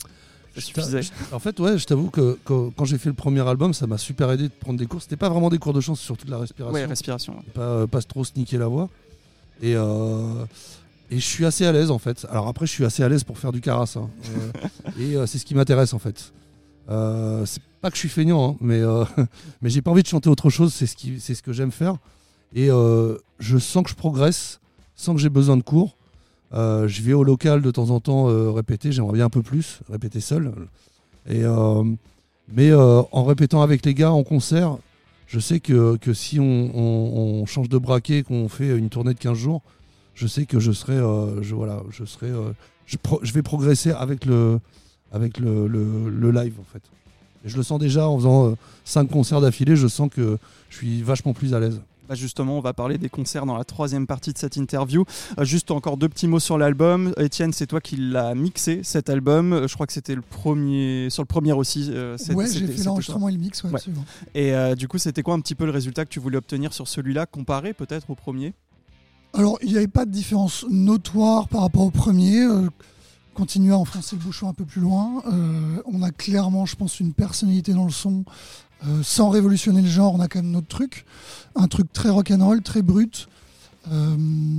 Ça je suffisait. t'a- je- en fait, ouais, je t'avoue que, que quand j'ai fait le premier album, ça m'a super aidé de prendre des cours. C'était pas vraiment des cours de chant, c'est surtout de la respiration. Ouais, respiration. ouais. pas, euh, pas trop se niquer la voix. Et, euh, et je suis assez à l'aise en fait. Alors après, je suis assez à l'aise pour faire du caras. hein. Euh, et euh, c'est ce qui m'intéresse en fait. Euh, c'est pas que je suis feignant, hein, mais, euh, mais j'ai pas envie de chanter autre chose. C'est ce, qui, c'est ce que j'aime faire. Et euh, je sens que je progresse sans que j'ai besoin de cours. Euh, je vais au local de temps en temps euh, répéter. J'aimerais bien un peu plus répéter seul. Et, euh, mais euh, en répétant avec les gars en concert, je sais que, que si on, on- on change de braquet, qu'on fait une tournée de quinze jours, je sais que je serai, euh, je, voilà, je, serai euh, je, pro- je vais progresser avec le, avec le, le- le live en fait. Et je le sens déjà en faisant cinq concerts d'affilée, je sens que je suis vachement plus à l'aise. Bah justement, on va parler des concerts dans la troisième partie de cette interview. Euh, juste encore deux petits mots sur l'album. Étienne, c'est toi qui l'as mixé, cet album. Euh, Je crois que c'était le premier, sur le premier aussi. euh, c'est- Ouais, c'était- j'ai c'était fait l'enregistrement et le mix, ouais, Ouais. absolument. Et euh, du coup, c'était quoi un petit peu le résultat que tu voulais obtenir sur celui-là, comparé peut-être au premier? Alors, il n'y avait pas de différence notoire par rapport au premier. Euh, continuer à enfoncer le bouchon un peu plus loin. Euh, on a clairement, je pense, une personnalité dans le son. Euh, sans révolutionner le genre, on a quand même notre truc. Un truc très rock'n'roll, très brut. Euh,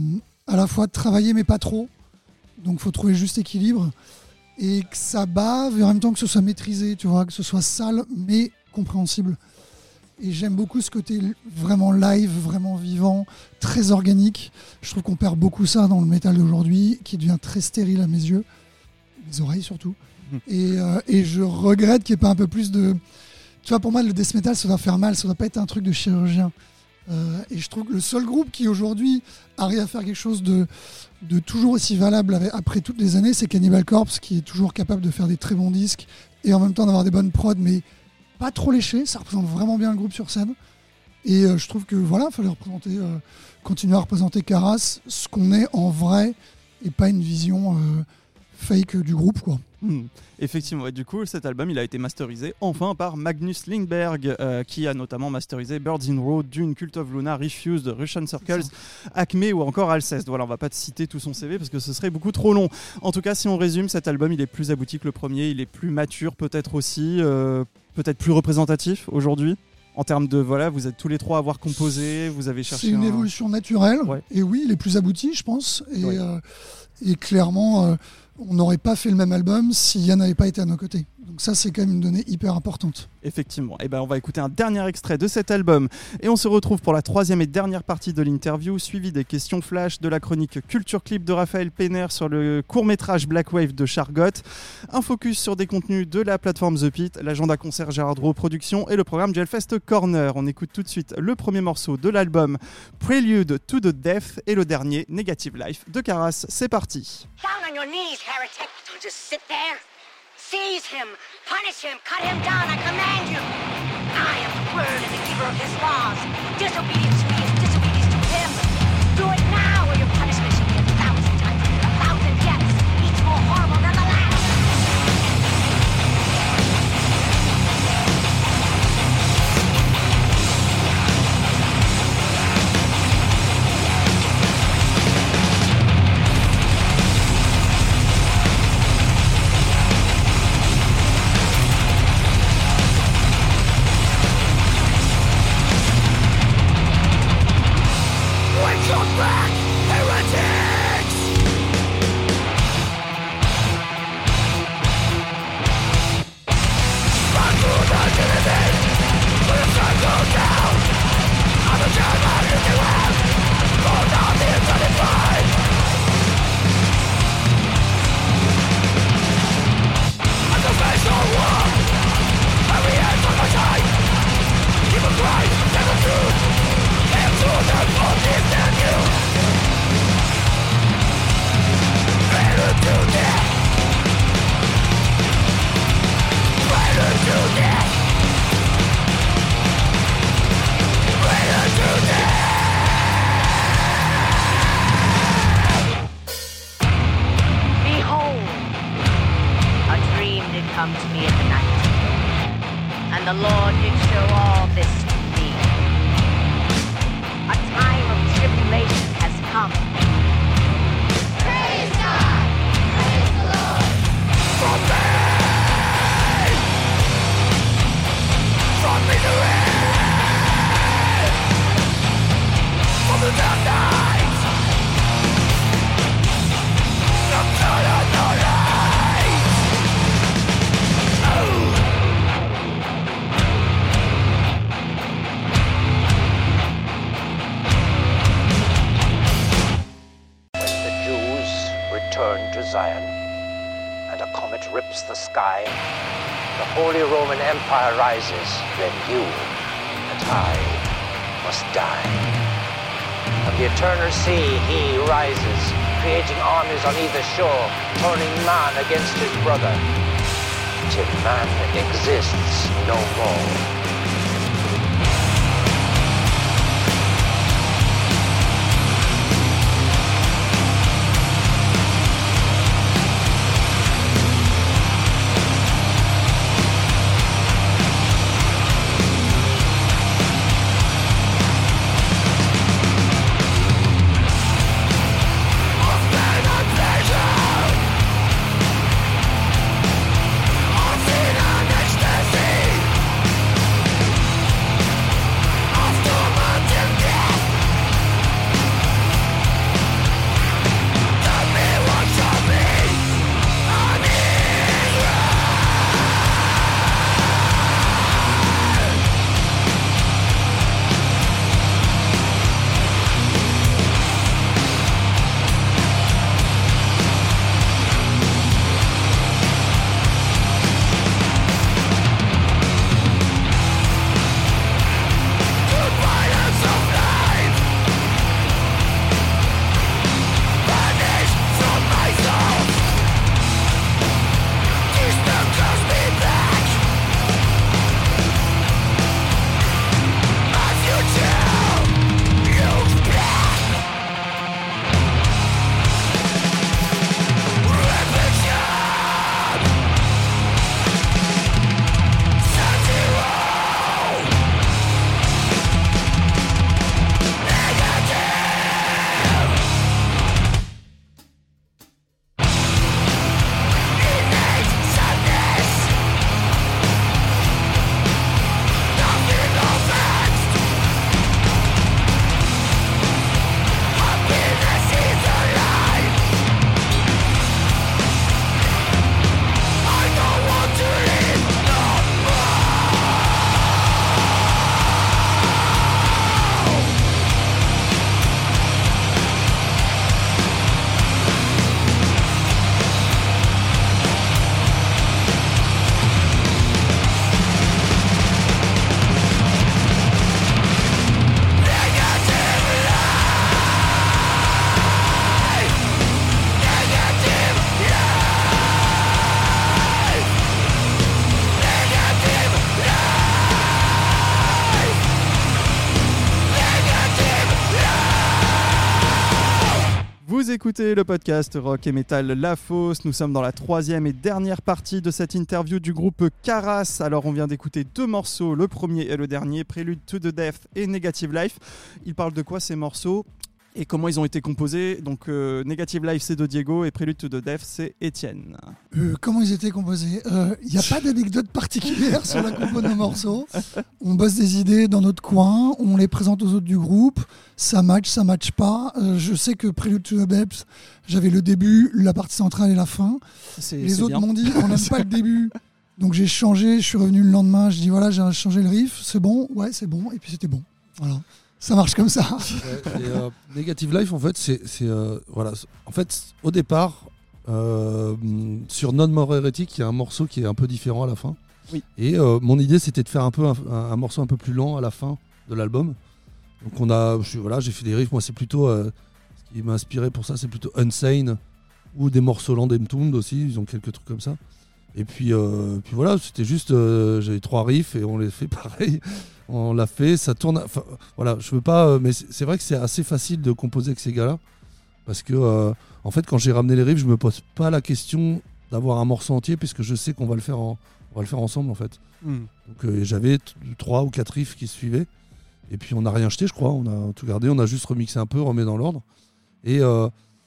à la fois travaillé, mais pas trop. Donc, il faut trouver le juste équilibre. Et que ça bave, et en même temps que ce soit maîtrisé, tu vois, que ce soit sale, mais compréhensible. Et j'aime beaucoup ce côté vraiment live, vraiment vivant, très organique. Je trouve qu'on perd beaucoup ça dans le métal d'aujourd'hui, qui devient très stérile à mes yeux, mes oreilles surtout. Mmh. Et, euh, et je regrette qu'il n'y ait pas un peu plus de... Tu vois, pour moi, le death metal, ça doit faire mal, ça doit pas être un truc de chirurgien. Euh, et je trouve que le seul groupe qui aujourd'hui arrive à faire quelque chose de, de toujours aussi valable avec, après toutes les années, c'est Cannibal Corpse, qui est toujours capable de faire des très bons disques et en même temps d'avoir des bonnes prods, mais pas trop léchés. Ça représente vraiment bien le groupe sur scène. Et euh, je trouve que voilà, il fallait représenter, euh, continuer à représenter Karas, ce qu'on est en vrai, et pas une vision euh, fake du groupe, quoi. Mmh. Effectivement, et du coup cet album il a été masterisé enfin par Magnus Lindberg, euh, qui a notamment masterisé Birds in Road, Dune, Cult of Luna, Refused, Russian Circles, Acme ou encore Alceste. Voilà, on va pas te citer tout son C V parce que ce serait beaucoup trop long. En tout cas, si on résume, cet album il est plus abouti que le premier, il est plus mature peut-être aussi, euh, peut-être plus représentatif aujourd'hui. En termes de, voilà, vous êtes tous les trois à avoir composé, vous avez cherché. C'est une un... évolution naturelle, ouais. Et oui, il est plus abouti, je pense. Et, ouais. euh, et clairement, euh, on n'aurait pas fait le même album si Yann n'avait pas été à nos côtés. Donc ça, c'est quand même une donnée hyper importante. Effectivement. Et ben, on va écouter un dernier extrait de cet album. Et on se retrouve pour la troisième et dernière partie de l'interview, suivie des questions flash, de la chronique Culture Clip de Raphaël Penner sur le court-métrage Black Wave de Chargot, un focus sur des contenus de la plateforme The Pit, l'agenda concert Gérard Drouot Productions et le programme Gelfest Corner. On écoute tout de suite le premier morceau de l'album, Prelude to the Death, et le dernier, Negative Life de Karas. C'est parti. Down on your knees, heretic. Don't just sit there. Seize him, punish him, cut him down, I command you. I am the word and the keeper of his laws. Disobedience to me is disobedience to him. Do it now, or your punishment shall be a thousand times, a thousand deaths, each more horrible than the last. Come back, heretics! Run through the Trinity, when the sun goes down. I'm the German you can have, fall down the eternity fight. I'm the face of war, every end of my time. Keep a cry, tell the truth. Can't do that for this than you. Better do that. Better do that. Better do that. Behold, a dream did come to me in the night, and the Lord did show all this to me. A time of tribulation has come. Praise God! Praise the Lord! From me! From me to end! From the dark night! From the light! Oh! Return to Zion, and a comet rips the sky. The Holy Roman Empire rises, then you and I must die. Of the eternal sea he rises, creating armies on either shore, turning man against his brother, till man exists no more. Vous écoutez le podcast Rock et Metal La Fosse. Nous sommes dans la troisième et dernière partie de cette interview du groupe Karas. Alors on vient d'écouter deux morceaux, le premier et le dernier, Prelude to the Death et Negative Life. Ils parlent de quoi ces morceaux et comment ils ont été composés? Donc euh, Negative Life c'est de Diego et Prelude to the Death c'est Étienne. Euh, comment ils étaient composés? Il euh, n'y a pas d'anecdote particulière sur la compo de nos morceaux. On bosse des idées dans notre coin, on les présente aux autres du groupe, ça match, ça match pas. Euh, je sais que Prelude to the Death, j'avais le début, la partie centrale et la fin. C'est, les c'est autres bien. m'ont dit on n'aime pas le début. Donc j'ai changé, je suis revenu le lendemain, je dis voilà j'ai changé le riff, c'est bon, ouais c'est bon, et puis c'était bon. Voilà. Ça marche comme ça. Ouais, et, euh, Negative Life, en fait, c'est, c'est euh, voilà. En fait, au départ, euh, sur Non More Heretic, il y a un morceau qui est un peu différent à la fin. Oui. Et euh, mon idée, c'était de faire un peu un, un, un morceau un peu plus lent à la fin de l'album. Donc on a, je, voilà, j'ai fait des riffs. Moi, c'est plutôt euh, ce qui m'a inspiré pour ça, c'est plutôt Unsane ou des morceaux lents d'Entombed aussi. Ils ont quelques trucs comme ça. Et puis, euh, puis voilà, c'était juste, euh, j'avais trois riffs et on les fait pareil. On l'a fait, ça tourne. Enfin, voilà, je veux pas, euh, mais c'est, c'est vrai que c'est assez facile de composer avec ces gars-là, parce que euh, en fait, quand j'ai ramené les riffs, je me pose pas la question d'avoir un morceau entier, puisque je sais qu'on va le faire, en, on va le faire ensemble en fait. Mm. Donc euh, j'avais t- trois ou quatre riffs qui suivaient, et puis on n'a rien jeté, je crois. On a tout gardé, on a juste remixé un peu, remis dans l'ordre, et euh,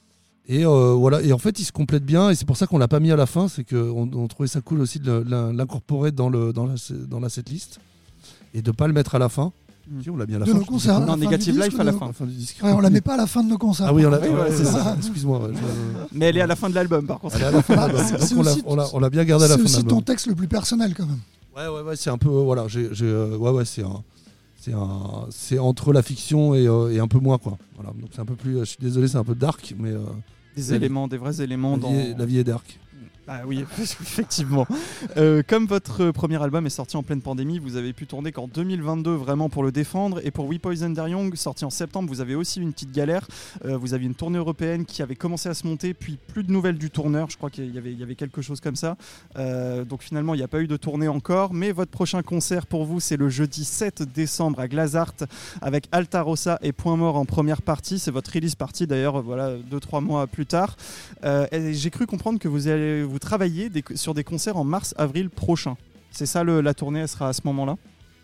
et euh, voilà. Et en fait, ils se complètent bien, et c'est pour ça qu'on l'a pas mis à la fin, c'est qu'on on trouvait ça cool aussi de l'incorporer dans le dans la dans la setlist. Et de ne pas le mettre à la fin. Mm. Si, on l'a mis à la De fin. nos concerts. Non, Negative Life à la de... fin. À la fin du disque. Ouais, on la met pas à la fin de nos concerts. Ah oui, on l'a, Oui, ouais, ouais, c'est c'est ça. Excuse-moi. Ouais, je... Mais elle est à la fin de l'album par contre. Elle est à la fin de l'album. C'est- Donc c'est on, l'a, aussi- on, l'a, on l'a bien gardé à la C'est fin de aussi l'album. ton texte le plus personnel quand même. Ouais, ouais, ouais, c'est un peu. Euh, voilà, j'ai, j'ai, euh, ouais, ouais, c'est un. C'est, un, c'est entre la fiction et, euh, et un peu moins, quoi. Voilà, donc c'est un peu plus. Je suis désolé, c'est un peu dark, mais. Euh, Des la éléments, des vrais éléments la, dans. vie est, la vie est dark. Ah oui, effectivement. Euh, comme votre premier album est sorti en pleine pandémie, vous avez pu tourner qu'en deux mille vingt-deux vraiment pour le défendre. Et pour We Poison Their Young, sorti en septembre, vous avez aussi une petite galère. Euh, vous aviez une tournée européenne qui avait commencé à se monter, puis plus de nouvelles du tourneur. Je crois qu'il y avait, il y avait quelque chose comme ça. Euh, donc finalement, il n'y a pas eu de tournée encore. Mais votre prochain concert pour vous, c'est le jeudi sept décembre à Glazart avec Alta Rossa et Point Mort en première partie. C'est votre release party d'ailleurs, voilà, deux trois mois plus tard. Euh, et j'ai cru comprendre que vous allez vous travailler des, sur des concerts en mars-avril prochain. C'est ça le, la tournée, elle sera à ce moment-là?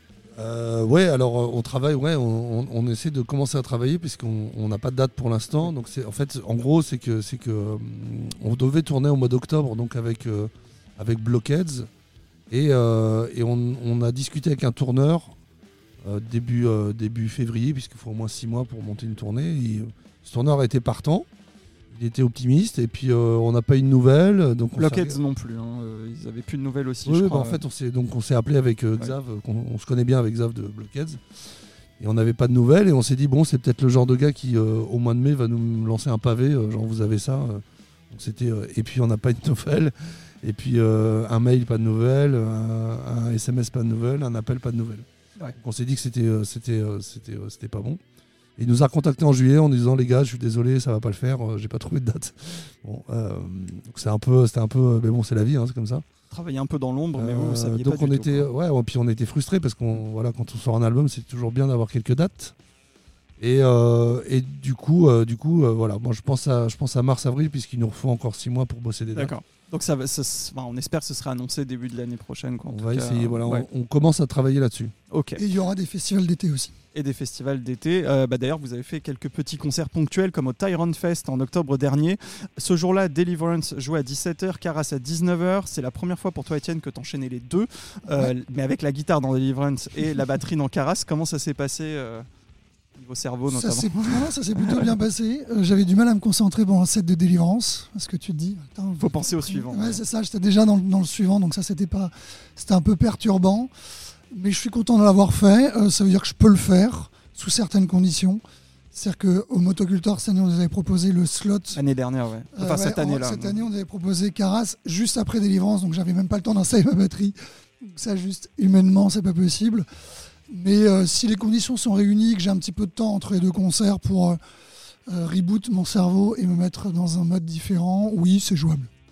Euh, ouais, alors euh, on travaille, ouais, on, on, on essaie de commencer à travailler puisqu'on on n'a pas de date pour l'instant. Donc c'est, en fait, en gros, c'est que c'est que euh, on devait tourner au mois d'octobre, donc avec euh, avec Blockheads, et euh, et on, on a discuté avec un tourneur euh, début euh, début février, puisqu'il faut au moins six mois pour monter une tournée. Et, ce tourneur a été partant. Il était optimiste et puis euh, on n'a pas eu de nouvelles. Donc on Blockheads s'est... non plus, hein. euh, ils n'avaient plus de nouvelles aussi. Oui, je oui, crois. bah, en fait, on s'est, donc, on s'est appelé avec euh, Xav, ouais. qu'on, on se connaît bien avec Xav de Blockheads, et on n'avait pas de nouvelles, et on s'est dit, bon, c'est peut-être le genre de gars qui, euh, au mois de mai, va nous lancer un pavé, euh, genre vous avez ça. Euh, donc c'était, euh, et puis on n'a pas eu de nouvelles, et puis euh, un mail, pas de nouvelles, un, un S M S, pas de nouvelles, un appel, pas de nouvelles. Ouais. Donc on s'est dit que c'était, euh, c'était, euh, c'était, euh, c'était pas bon. Il nous a contacté en juillet en nous disant les gars, je suis désolé, ça va pas le faire, euh, j'ai pas trouvé de date. Bon, euh, donc c'est un peu, c'était un peu, mais bon, c'est la vie, hein, c'est comme ça. Travailler un peu dans l'ombre, mais vous, vous euh, saviez donc pas on du était, tout, ouais, ouais, puis on était frustrés parce qu'on, voilà, quand on sort un album, c'est toujours bien d'avoir quelques dates. Et, euh, et du coup, euh, du coup, euh, voilà, moi je pense à, je pense à mars-avril puisqu'il nous faut encore six mois pour bosser des dates. D'accord. Donc ça, va, ça, enfin, on espère que ce sera annoncé début de l'année prochaine, quoi. En on tout va cas, essayer, voilà, ouais. on, on commence à travailler là-dessus. Ok. Et il y aura des festivals d'été aussi. Et des festivals d'été. Euh, bah d'ailleurs, vous avez fait quelques petits concerts ponctuels comme au Tyrone Fest en octobre dernier. Ce jour-là, Deliverance jouait à dix-sept heures, Karas à dix-neuf heures. C'est la première fois pour toi, Étienne, que tu enchaînais les deux, euh, ouais. mais avec la guitare dans Deliverance et la batterie dans Karas. Comment ça s'est passé euh, niveau cerveau notamment? Ça s'est, non, ça s'est plutôt bien passé. Euh, j'avais du mal à me concentrer pendant le set de Deliverance parce que tu te dis, il faut penser au suivant. Ouais, ouais. C'est ça. J'étais déjà dans, dans le suivant, donc ça c'était pas, c'était un peu perturbant. Mais je suis content de l'avoir fait. Euh, ça veut dire que je peux le faire sous certaines conditions. C'est-à-dire qu'au Motocultor, cette année, on nous avait proposé le slot. L'année dernière, ouais. Enfin, euh, ouais, cette année-là. Cette année, on nous avait proposé Karas juste après Deliverance, donc j'avais même pas le temps d'installer ma batterie. Donc ça, juste humainement, c'est pas possible. Mais euh, si les conditions sont réunies, que j'ai un petit peu de temps entre les deux concerts pour euh, euh, reboot mon cerveau et me mettre dans un mode différent, oui, c'est jouable.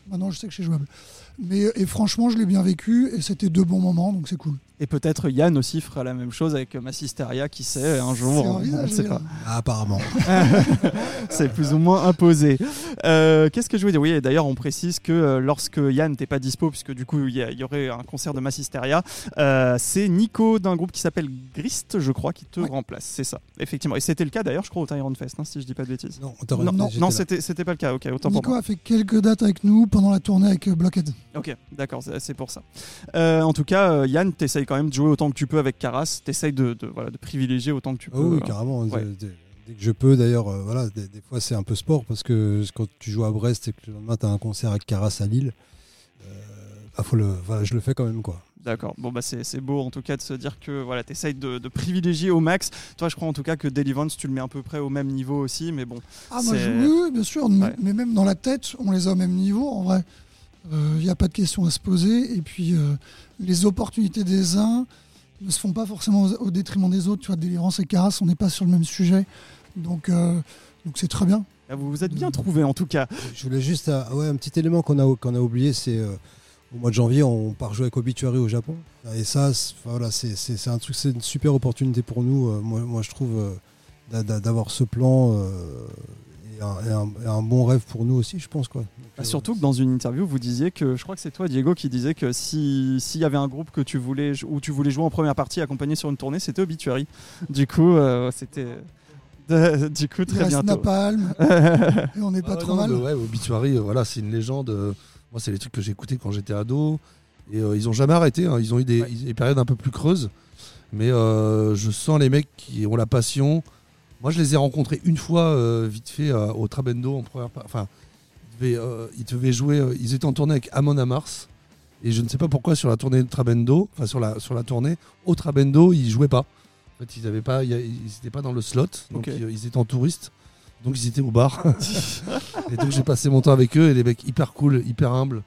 Maintenant, je sais que c'est jouable. Mais et franchement, je l'ai bien vécu et c'était deux bons moments, donc c'est cool. Et peut-être Yann aussi fera la même chose avec Massisteria, qui sait, un jour. C'est envisagé, on ne sait pas. Ah, apparemment. C'est plus ou moins imposé. Euh, qu'est-ce que je voulais dire ? Oui, et d'ailleurs, on précise que euh, lorsque Yann n'était pas dispo, puisque du coup, il y, y aurait un concert de Massisteria, euh, c'est Nico d'un groupe qui s'appelle Grist, je crois, qui te ouais. remplace. C'est ça, effectivement. Et c'était le cas d'ailleurs, je crois, au Tyrone Fest, hein, si je dis pas de bêtises. Non, non, non, non c'était, c'était pas le cas. Ok, autant Nico pour moi. a fait quelques dates avec nous pendant la tournée avec Blockhead. Ok, d'accord, c'est, c'est pour ça. Euh, en tout cas, euh, Yann, t'essayes quand même de jouer autant que tu peux avec Karas. T'essayes de, de, voilà, de privilégier autant que tu peux. Oh oui, euh, carrément. ouais. Dès, dès que je peux, d'ailleurs, euh, voilà, des, des fois c'est un peu sport parce que quand tu joues à Brest et que le lendemain tu as un concert avec Karas à Lille, euh, bah, faut le, voilà, je le fais quand même, quoi. D'accord, bon bah c'est, c'est beau en tout cas de se dire que voilà, tu essayes de, de privilégier au max. Toi, je crois en tout cas que Deliverance, tu le mets à peu près au même niveau aussi, mais bon. Ah, moi, c'est... je, oui, oui, bien sûr, ouais. mais même dans la tête, on les a au même niveau en vrai. Il euh, n'y a pas de question à se poser. Et puis, euh, les opportunités des uns ne se font pas forcément au, au détriment des autres. Tu vois, Deliverance et Karas, on n'est pas sur le même sujet. Donc, euh, donc c'est très bien. Vous vous êtes bien trouvés en tout cas. Je voulais juste, euh, ouais, un petit élément qu'on a, qu'on a oublié, c'est euh, au mois de janvier, on part jouer avec Obituary au Japon. Et ça, c'est, voilà, c'est, c'est, c'est un truc, c'est une super opportunité pour nous. Euh, moi, moi, je trouve euh, d'a, d'avoir ce plan. Euh, Et un, et, un, et un bon rêve pour nous aussi, je pense, quoi. Donc, bah, euh, surtout que dans une interview, vous disiez que, je crois que c'est toi, Diego, qui disait que si, s'il y avait un groupe que tu voulais, où tu voulais jouer en première partie, accompagné sur une tournée, c'était Obituary. Du coup, euh, c'était de, du coup très bientôt. Napalm. Et on n'est pas ah, trop non, mal. Ouais, Obituary, euh, voilà, c'est une légende. Euh, moi, c'est les trucs que j'ai écoutés quand j'étais ado. Et euh, ils ont jamais arrêté. Hein. Ils ont eu des, ouais. des périodes un peu plus creuses. Mais euh, je sens les mecs qui ont la passion. Moi, je les ai rencontrés une fois, euh, vite fait, euh, au Trabendo en première partie. Enfin, ils devaient, euh, ils devaient jouer. Euh, ils étaient en tournée avec Amon Amarth. Et je ne sais pas pourquoi sur la tournée de Trabendo, enfin sur la sur la tournée au Trabendo, ils jouaient pas. En fait, ils avaient pas, ils n'étaient pas dans le slot, donc okay. ils, ils étaient en touriste, donc ils étaient au bar. Et donc j'ai passé mon temps avec eux et les mecs hyper cool, hyper humbles,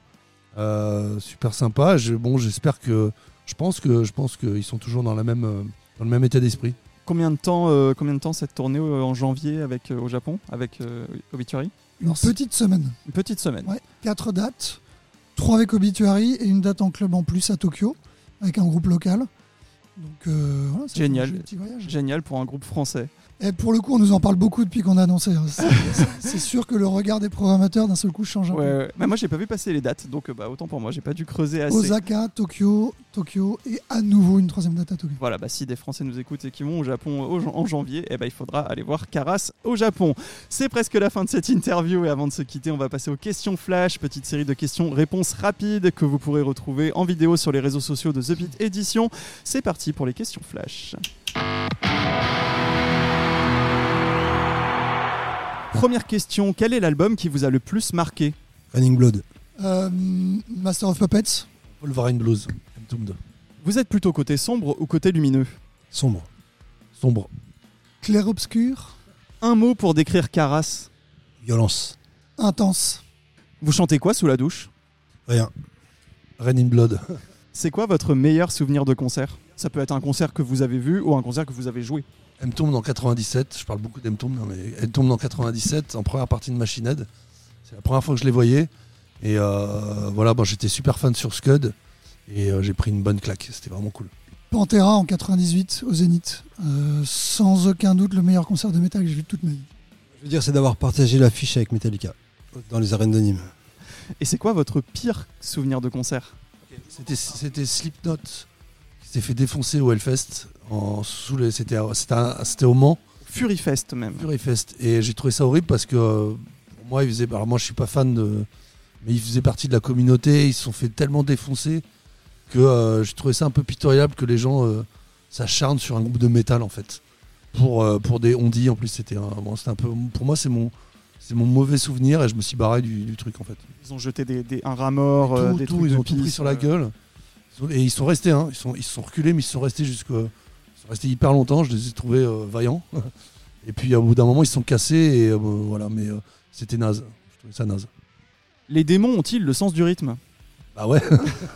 euh, super sympas. Je, bon, j'espère que, je pense que, je pense qu'ils sont toujours dans la même, euh, dans le même état d'esprit. Combien de temps, euh, combien de temps cette tournée euh, en janvier avec euh, au Japon, avec euh, Obituary ? Une Alors, petite semaine. Une petite semaine. Ouais, quatre dates, trois avec Obituary et une date en club en plus à Tokyo avec un groupe local. Donc euh, voilà, ça génial, fait un petit voyage. Génial pour un groupe français. Et pour le coup, on nous en parle beaucoup depuis qu'on a annoncé. Hein. C'est, c'est, c'est sûr que le regard des programmateurs d'un seul coup change un ouais, peu. Ouais. Mais moi, j'ai pas vu passer les dates, donc bah, autant pour moi, j'ai pas dû creuser assez. Osaka, Tokyo, Tokyo et à nouveau une troisième date à Tokyo. Voilà, bah, si des Français nous écoutent et qui vont au Japon au, en janvier, eh bah, il faudra aller voir Karas au Japon. C'est presque la fin de cette interview et avant de se quitter, on va passer aux questions flash, petite série de questions-réponses rapides que vous pourrez retrouver en vidéo sur les réseaux sociaux de The Beat Édition. C'est parti pour les questions flash. Première question, quel est l'album qui vous a le plus marqué ? Raining Blood. Euh, Master of Puppets. Wolverine Blues. Entombed. Vous êtes plutôt côté sombre ou côté lumineux ? Sombre. Sombre. Clair-obscur. Un mot pour décrire Karas ? Violence. Intense. Vous chantez quoi sous la douche ? Rien. Raining Blood. C'est quoi votre meilleur souvenir de concert ? Ça peut être un concert que vous avez vu ou un concert que vous avez joué. Entombed en quatre-vingt-dix-sept, je parle beaucoup d'Entombed, mais Entombed en quatre-vingt-dix-sept, en première partie de Machine Head. C'est la première fois que je les voyais. Et euh, voilà, bon, j'étais super fan sur Scud. Et euh, j'ai pris une bonne claque, c'était vraiment cool. Pantera en quatre-vingt-dix-huit au Zénith. Euh, sans aucun doute le meilleur concert de métal que j'ai vu de toute ma vie. Je veux dire, c'est d'avoir partagé l'affiche avec Metallica dans les arènes de Nîmes. Et c'est quoi votre pire souvenir de concert ? C'était, c'était Slipknot qui s'est fait défoncer au Hellfest. En, sous les, c'était, c'était, un, c'était au Mans. Fury Fest même. Fury Fest. Et j'ai trouvé ça horrible parce que euh, pour moi, ils faisaient, alors moi je suis pas fan de. Mais ils faisaient partie de la communauté. Ils se sont fait tellement défoncer que euh, j'ai trouvé ça un peu pitoyable que les gens euh, s'acharnent sur un groupe de métal en fait. Pour, euh, pour des on-dit en plus. C'était un, bon, c'était un peu, pour moi, c'est mon. C'est mon mauvais souvenir et je me suis barré du, du truc en fait. Ils ont jeté des, des, un rat mort, tout, euh, des tout, trucs ils ont de tout pris pisse, sur la euh... gueule. Et ils sont restés, hein. ils, sont, ils se sont reculés, mais ils sont restés jusqu'à, ils sont restés hyper longtemps. Je les ai trouvés euh, vaillants. Et puis au bout d'un moment, ils se sont cassés et euh, voilà, mais euh, c'était naze. Je trouvais ça naze. Les démons ont-ils le sens du rythme ? Bah ouais.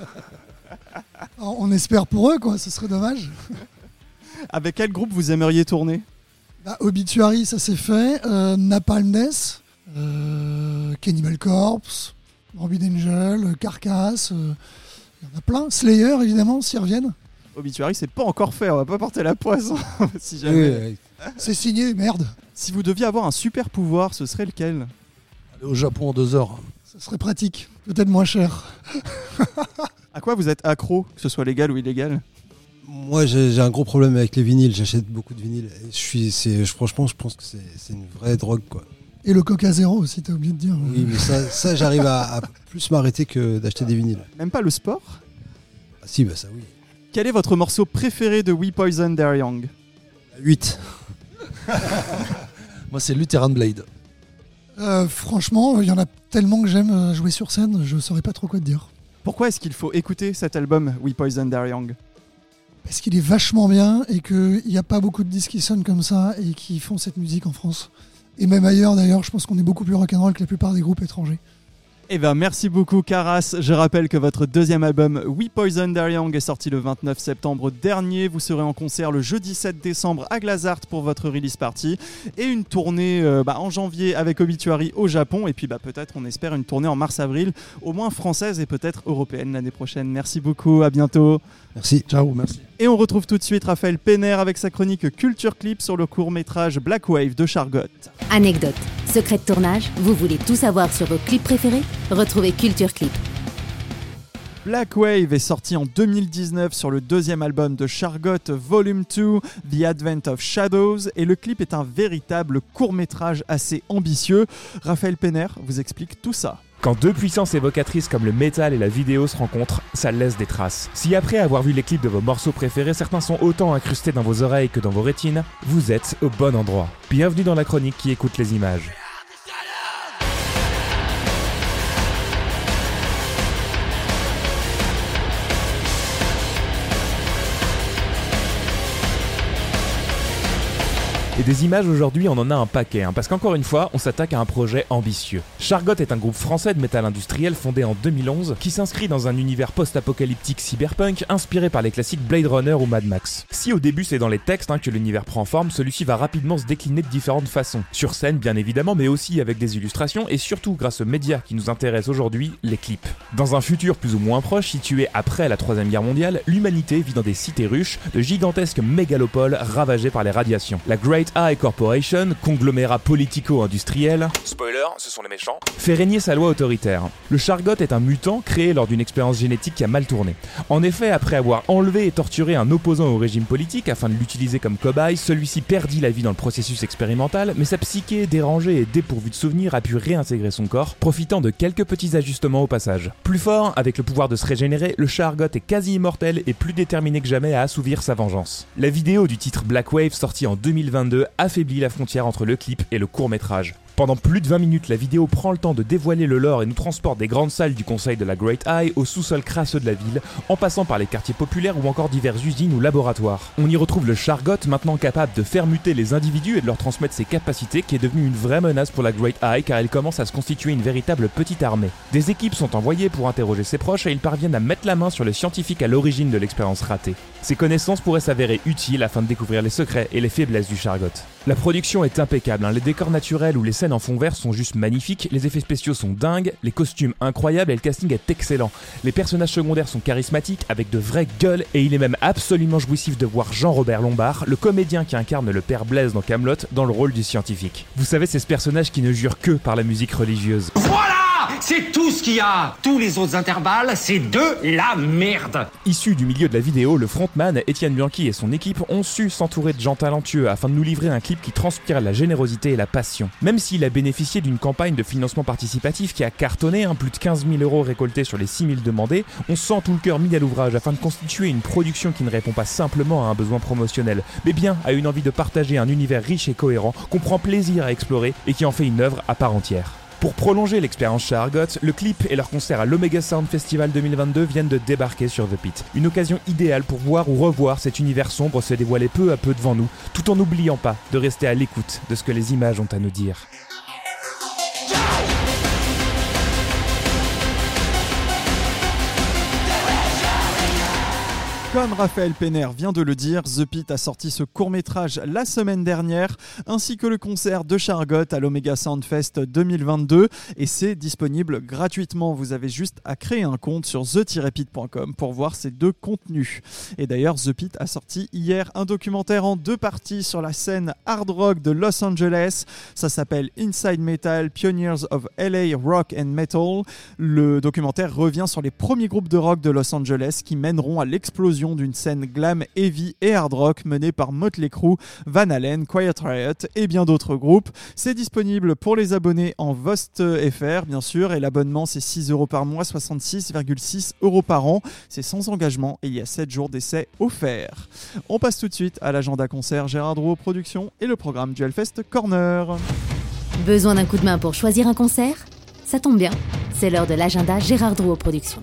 On espère pour eux, quoi. Ce serait dommage. Avec quel groupe vous aimeriez tourner ? Bah, Obituary, ça s'est fait. Euh, Napalm Death. Euh, Cannibal Corpse, Morbid Angel, Carcass, il euh, y en a plein. Slayer, évidemment, s'ils reviennent. Obituary, c'est pas encore fait, on va pas porter la poisse. si jamais. Oui, oui. C'est signé, merde. Si vous deviez avoir un super pouvoir, ce serait lequel ? Aller au Japon en deux heures. Ce serait pratique, peut-être moins cher. À quoi vous êtes accro, que ce soit légal ou illégal ? Moi, j'ai, j'ai un gros problème avec les vinyles. J'achète beaucoup de vinyles. Et je suis, c'est, je, franchement, je pense que c'est, c'est une vraie drogue, quoi. Et le Coca Zéro aussi, t'as oublié de dire. Oui, mais ça, ça j'arrive à, à plus m'arrêter que d'acheter des vinyles. Même pas le sport ? Ah, si, bah ça oui. Quel est votre morceau préféré de We Poison Their Young ? huit. Moi, c'est Lutheran Blade. Euh, franchement, il y en a tellement que j'aime jouer sur scène, je saurais pas trop quoi te dire. Pourquoi est-ce qu'il faut écouter cet album We Poison Their Young ? Parce qu'il est vachement bien et qu'il n'y a pas beaucoup de disques qui sonnent comme ça et qui font cette musique en France. Et même ailleurs d'ailleurs, je pense qu'on est beaucoup plus rock'n'roll que la plupart des groupes étrangers. Eh ben merci beaucoup Karas. Je rappelle que votre deuxième album We Poison Their Young est sorti le vingt-neuf septembre dernier. Vous serez en concert le jeudi sept décembre à Glazart pour votre release party et une tournée euh, bah, en janvier avec Obituary au Japon et puis bah, peut-être on espère une tournée en mars-avril, au moins française et peut-être européenne l'année prochaine. Merci beaucoup, à bientôt. Merci. Ciao, merci. Et on retrouve tout de suite Raphaël Penner avec sa chronique Culture Clip sur le court-métrage Black Wave de Chargot. Anecdote, secret de tournage, vous voulez tout savoir sur vos clips préférés ? Retrouvez Culture Clip. Black Wave est sorti en deux mille dix-neuf sur le deuxième album de Chargot, Volume deux, The Advent of Shadows, et le clip est un véritable court-métrage assez ambitieux. Raphaël Penner vous explique tout ça. Quand deux puissances évocatrices comme le métal et la vidéo se rencontrent, ça laisse des traces. Si après avoir vu les clips de vos morceaux préférés, certains sont autant incrustés dans vos oreilles que dans vos rétines, vous êtes au bon endroit. Bienvenue dans la chronique qui écoute les images. Et des images aujourd'hui, on en a un paquet, hein, parce qu'encore une fois, on s'attaque à un projet ambitieux. Chargot est un groupe français de métal industriel fondé en deux mille onze, qui s'inscrit dans un univers post-apocalyptique cyberpunk inspiré par les classiques Blade Runner ou Mad Max. Si au début c'est dans les textes hein, que l'univers prend forme, celui-ci va rapidement se décliner de différentes façons. Sur scène bien évidemment, mais aussi avec des illustrations et surtout grâce aux médias qui nous intéressent aujourd'hui, les clips. Dans un futur plus ou moins proche, situé après la troisième guerre mondiale, l'humanité vit dans des cités ruches, de gigantesques mégalopoles ravagées par les radiations. La Great Eye Corporation, conglomérat politico-industriel, spoiler, ce sont les méchants, fait régner sa loi autoritaire. Le Chargot est un mutant créé lors d'une expérience génétique qui a mal tourné. En effet, après avoir enlevé et torturé un opposant au régime politique afin de l'utiliser comme cobaye, celui-ci perdit la vie dans le processus expérimental, mais sa psyché dérangée et dépourvue de souvenirs a pu réintégrer son corps, profitant de quelques petits ajustements au passage. Plus fort, avec le pouvoir de se régénérer, le Chargot est quasi immortel et plus déterminé que jamais à assouvir sa vengeance. La vidéo du titre Black Wave sortie en deux mille vingt-deux affaiblit la frontière entre le clip et le court-métrage. Pendant plus de vingt minutes, la vidéo prend le temps de dévoiler le lore et nous transporte des grandes salles du conseil de la Great Eye au sous-sol crasseux de la ville, en passant par les quartiers populaires ou encore diverses usines ou laboratoires. On y retrouve le Chargot, maintenant capable de faire muter les individus et de leur transmettre ses capacités, qui est devenu une vraie menace pour la Great Eye car elle commence à se constituer une véritable petite armée. Des équipes sont envoyées pour interroger ses proches et ils parviennent à mettre la main sur le scientifique à l'origine de l'expérience ratée. Ces connaissances pourraient s'avérer utiles afin de découvrir les secrets et les faiblesses du Chargot. La production est impeccable, hein. Les décors naturels ou les scènes en fond vert sont juste magnifiques, les effets spéciaux sont dingues, les costumes incroyables et le casting est excellent. Les personnages secondaires sont charismatiques, avec de vraies gueules, et il est même absolument jouissif de voir Jean-Robert Lombard, le comédien qui incarne le père Blaise dans Kaamelott, dans le rôle du scientifique. Vous savez, c'est ce personnage qui ne jure que par la musique religieuse. Voilà! C'est tout ce qu'il y a. Tous les autres intervalles, c'est de la merde. Issu du milieu de la vidéo, le frontman, Étienne Bianchi et son équipe ont su s'entourer de gens talentueux afin de nous livrer un clip qui transpire la générosité et la passion. Même s'il a bénéficié d'une campagne de financement participatif qui a cartonné, hein, plus de quinze mille euros récoltés sur les six mille demandés, on sent tout le cœur mis à l'ouvrage afin de constituer une production qui ne répond pas simplement à un besoin promotionnel, mais bien à une envie de partager un univers riche et cohérent qu'on prend plaisir à explorer et qui en fait une œuvre à part entière. Pour prolonger l'expérience Chargot, le clip et leur concert à l'Omega Sound Festival deux mille vingt-deux viennent de débarquer sur The Pit. Une occasion idéale pour voir ou revoir cet univers sombre se dévoiler peu à peu devant nous, tout en n'oubliant pas de rester à l'écoute de ce que les images ont à nous dire. Comme Raphaël Penner vient de le dire, The Pit a sorti ce court-métrage la semaine dernière, ainsi que le concert de Chargot à l'Omega Soundfest deux mille vingt-deux, et c'est disponible gratuitement. Vous avez juste à créer un compte sur the tiret pit point com pour voir ces deux contenus. Et d'ailleurs, The Pit a sorti hier un documentaire en deux parties sur la scène hard rock de Los Angeles. Ça s'appelle Inside Metal, Pioneers of L A Rock and Metal. Le documentaire revient sur les premiers groupes de rock de Los Angeles qui mèneront à l'explosion d'une scène glam, heavy et hard rock menée par Motley Crue, Van Halen, Quiet Riot et bien d'autres groupes. C'est disponible pour les abonnés en Vost F R bien sûr, et l'abonnement c'est six euros par mois, soixante-six virgule six euros par an. C'est sans engagement et il y a sept jours d'essai offerts. On passe tout de suite à l'agenda concert Gérard Drouot Productions et le programme du Hellfest Corner. Besoin d'un coup de main pour choisir un concert ? Ça tombe bien, c'est l'heure de l'agenda Gérard Drouot Productions.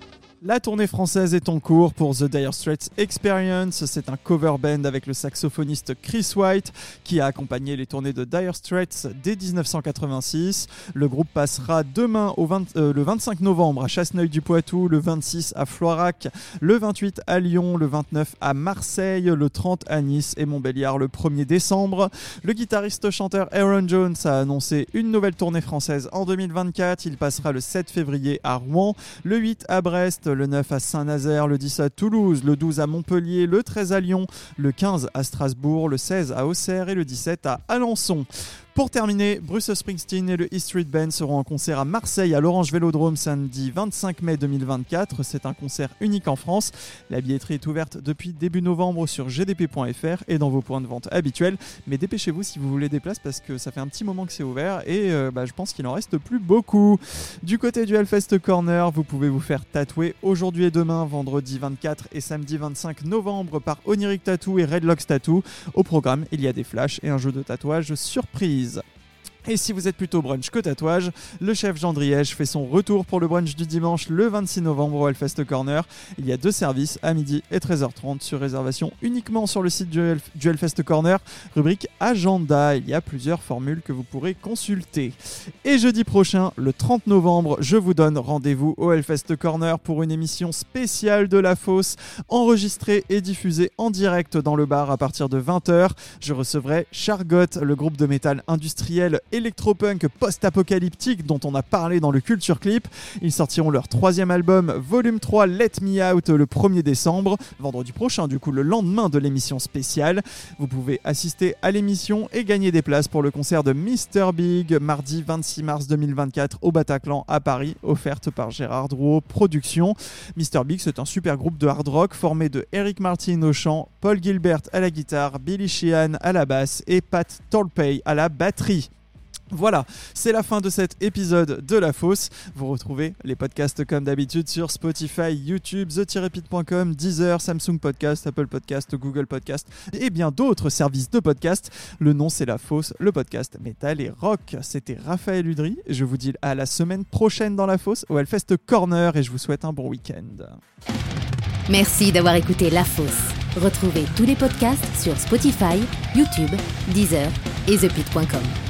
La tournée française est en cours pour The Dire Straits Experience. C'est un cover band avec le saxophoniste Chris White qui a accompagné les tournées de Dire Straits dès dix-neuf cent quatre-vingt-six. Le groupe passera demain au vingt, euh, le vingt-cinq novembre à Chasseneuil-du-Poitou, le vingt-six à Floirac, le vingt-huit à Lyon, le vingt-neuf à Marseille, le trente à Nice et Montbéliard le premier décembre. Le guitariste-chanteur Aaron Jones a annoncé une nouvelle tournée française en deux mille vingt-quatre. Il passera le sept février à Rouen, le huit à Brest, le neuf à Saint-Nazaire, le dix à Toulouse, le douze à Montpellier, le treize à Lyon, le quinze à Strasbourg, le seize à Auxerre et le dix-sept à Alençon. Pour terminer, Bruce Springsteen et le E Street Band seront en concert à Marseille à l'Orange Vélodrome samedi vingt-cinq mai deux mille vingt-quatre. C'est un concert unique en France. La billetterie est ouverte depuis début novembre sur g d p point f r et dans vos points de vente habituels. Mais dépêchez-vous si vous voulez des places parce que ça fait un petit moment que c'est ouvert et euh, bah, je pense qu'il en reste plus beaucoup. Du côté du Hellfest Corner, vous pouvez vous faire tatouer aujourd'hui et demain, vendredi vingt-quatre et samedi vingt-cinq novembre par Oniric Tattoo et Redlocks Tattoo. Au programme, il y a des flashs et un jeu de tatouage surprise. Et si vous êtes plutôt brunch que tatouage, le chef Jean Driège fait son retour pour le brunch du dimanche le vingt-six novembre au Hellfest Corner. Il y a deux services à midi et treize heures trente sur réservation uniquement sur le site du, Hellf- du Hellfest Corner, rubrique Agenda. Il y a plusieurs formules que vous pourrez consulter. Et jeudi prochain, le trente novembre, je vous donne rendez-vous au Hellfest Corner pour une émission spéciale de La Fosse, enregistrée et diffusée en direct dans le bar à partir de vingt heures. Je recevrai Chargot, le groupe de métal industriel électropunk post-apocalyptique dont on a parlé dans le Culture Clip. Ils sortiront leur troisième album, volume trois, Let Me Out, le premier décembre, vendredi prochain, du coup le lendemain de l'émission spéciale. Vous pouvez assister à l'émission et gagner des places pour le concert de mister Big, mardi vingt-six mars deux mille vingt-quatre au Bataclan à Paris, offerte par Gérard Drouot Productions. mister Big, c'est un super groupe de hard rock formé de Eric Martin au chant, Paul Gilbert à la guitare, Billy Sheehan à la basse et Pat Torpey à la batterie. Voilà, c'est la fin de cet épisode de La Fosse. Vous retrouvez les podcasts comme d'habitude sur Spotify, YouTube, the tiret pit point com, Deezer, Samsung Podcast, Apple Podcast, Google Podcast et bien d'autres services de podcast. Le nom c'est La Fosse, le podcast métal et rock. C'était Raphaël Udry. Je vous dis à la semaine prochaine dans La Fosse au Hellfest Corner et je vous souhaite un bon week-end. Merci d'avoir écouté La Fosse. Retrouvez tous les podcasts sur Spotify, YouTube, Deezer et the pit point com.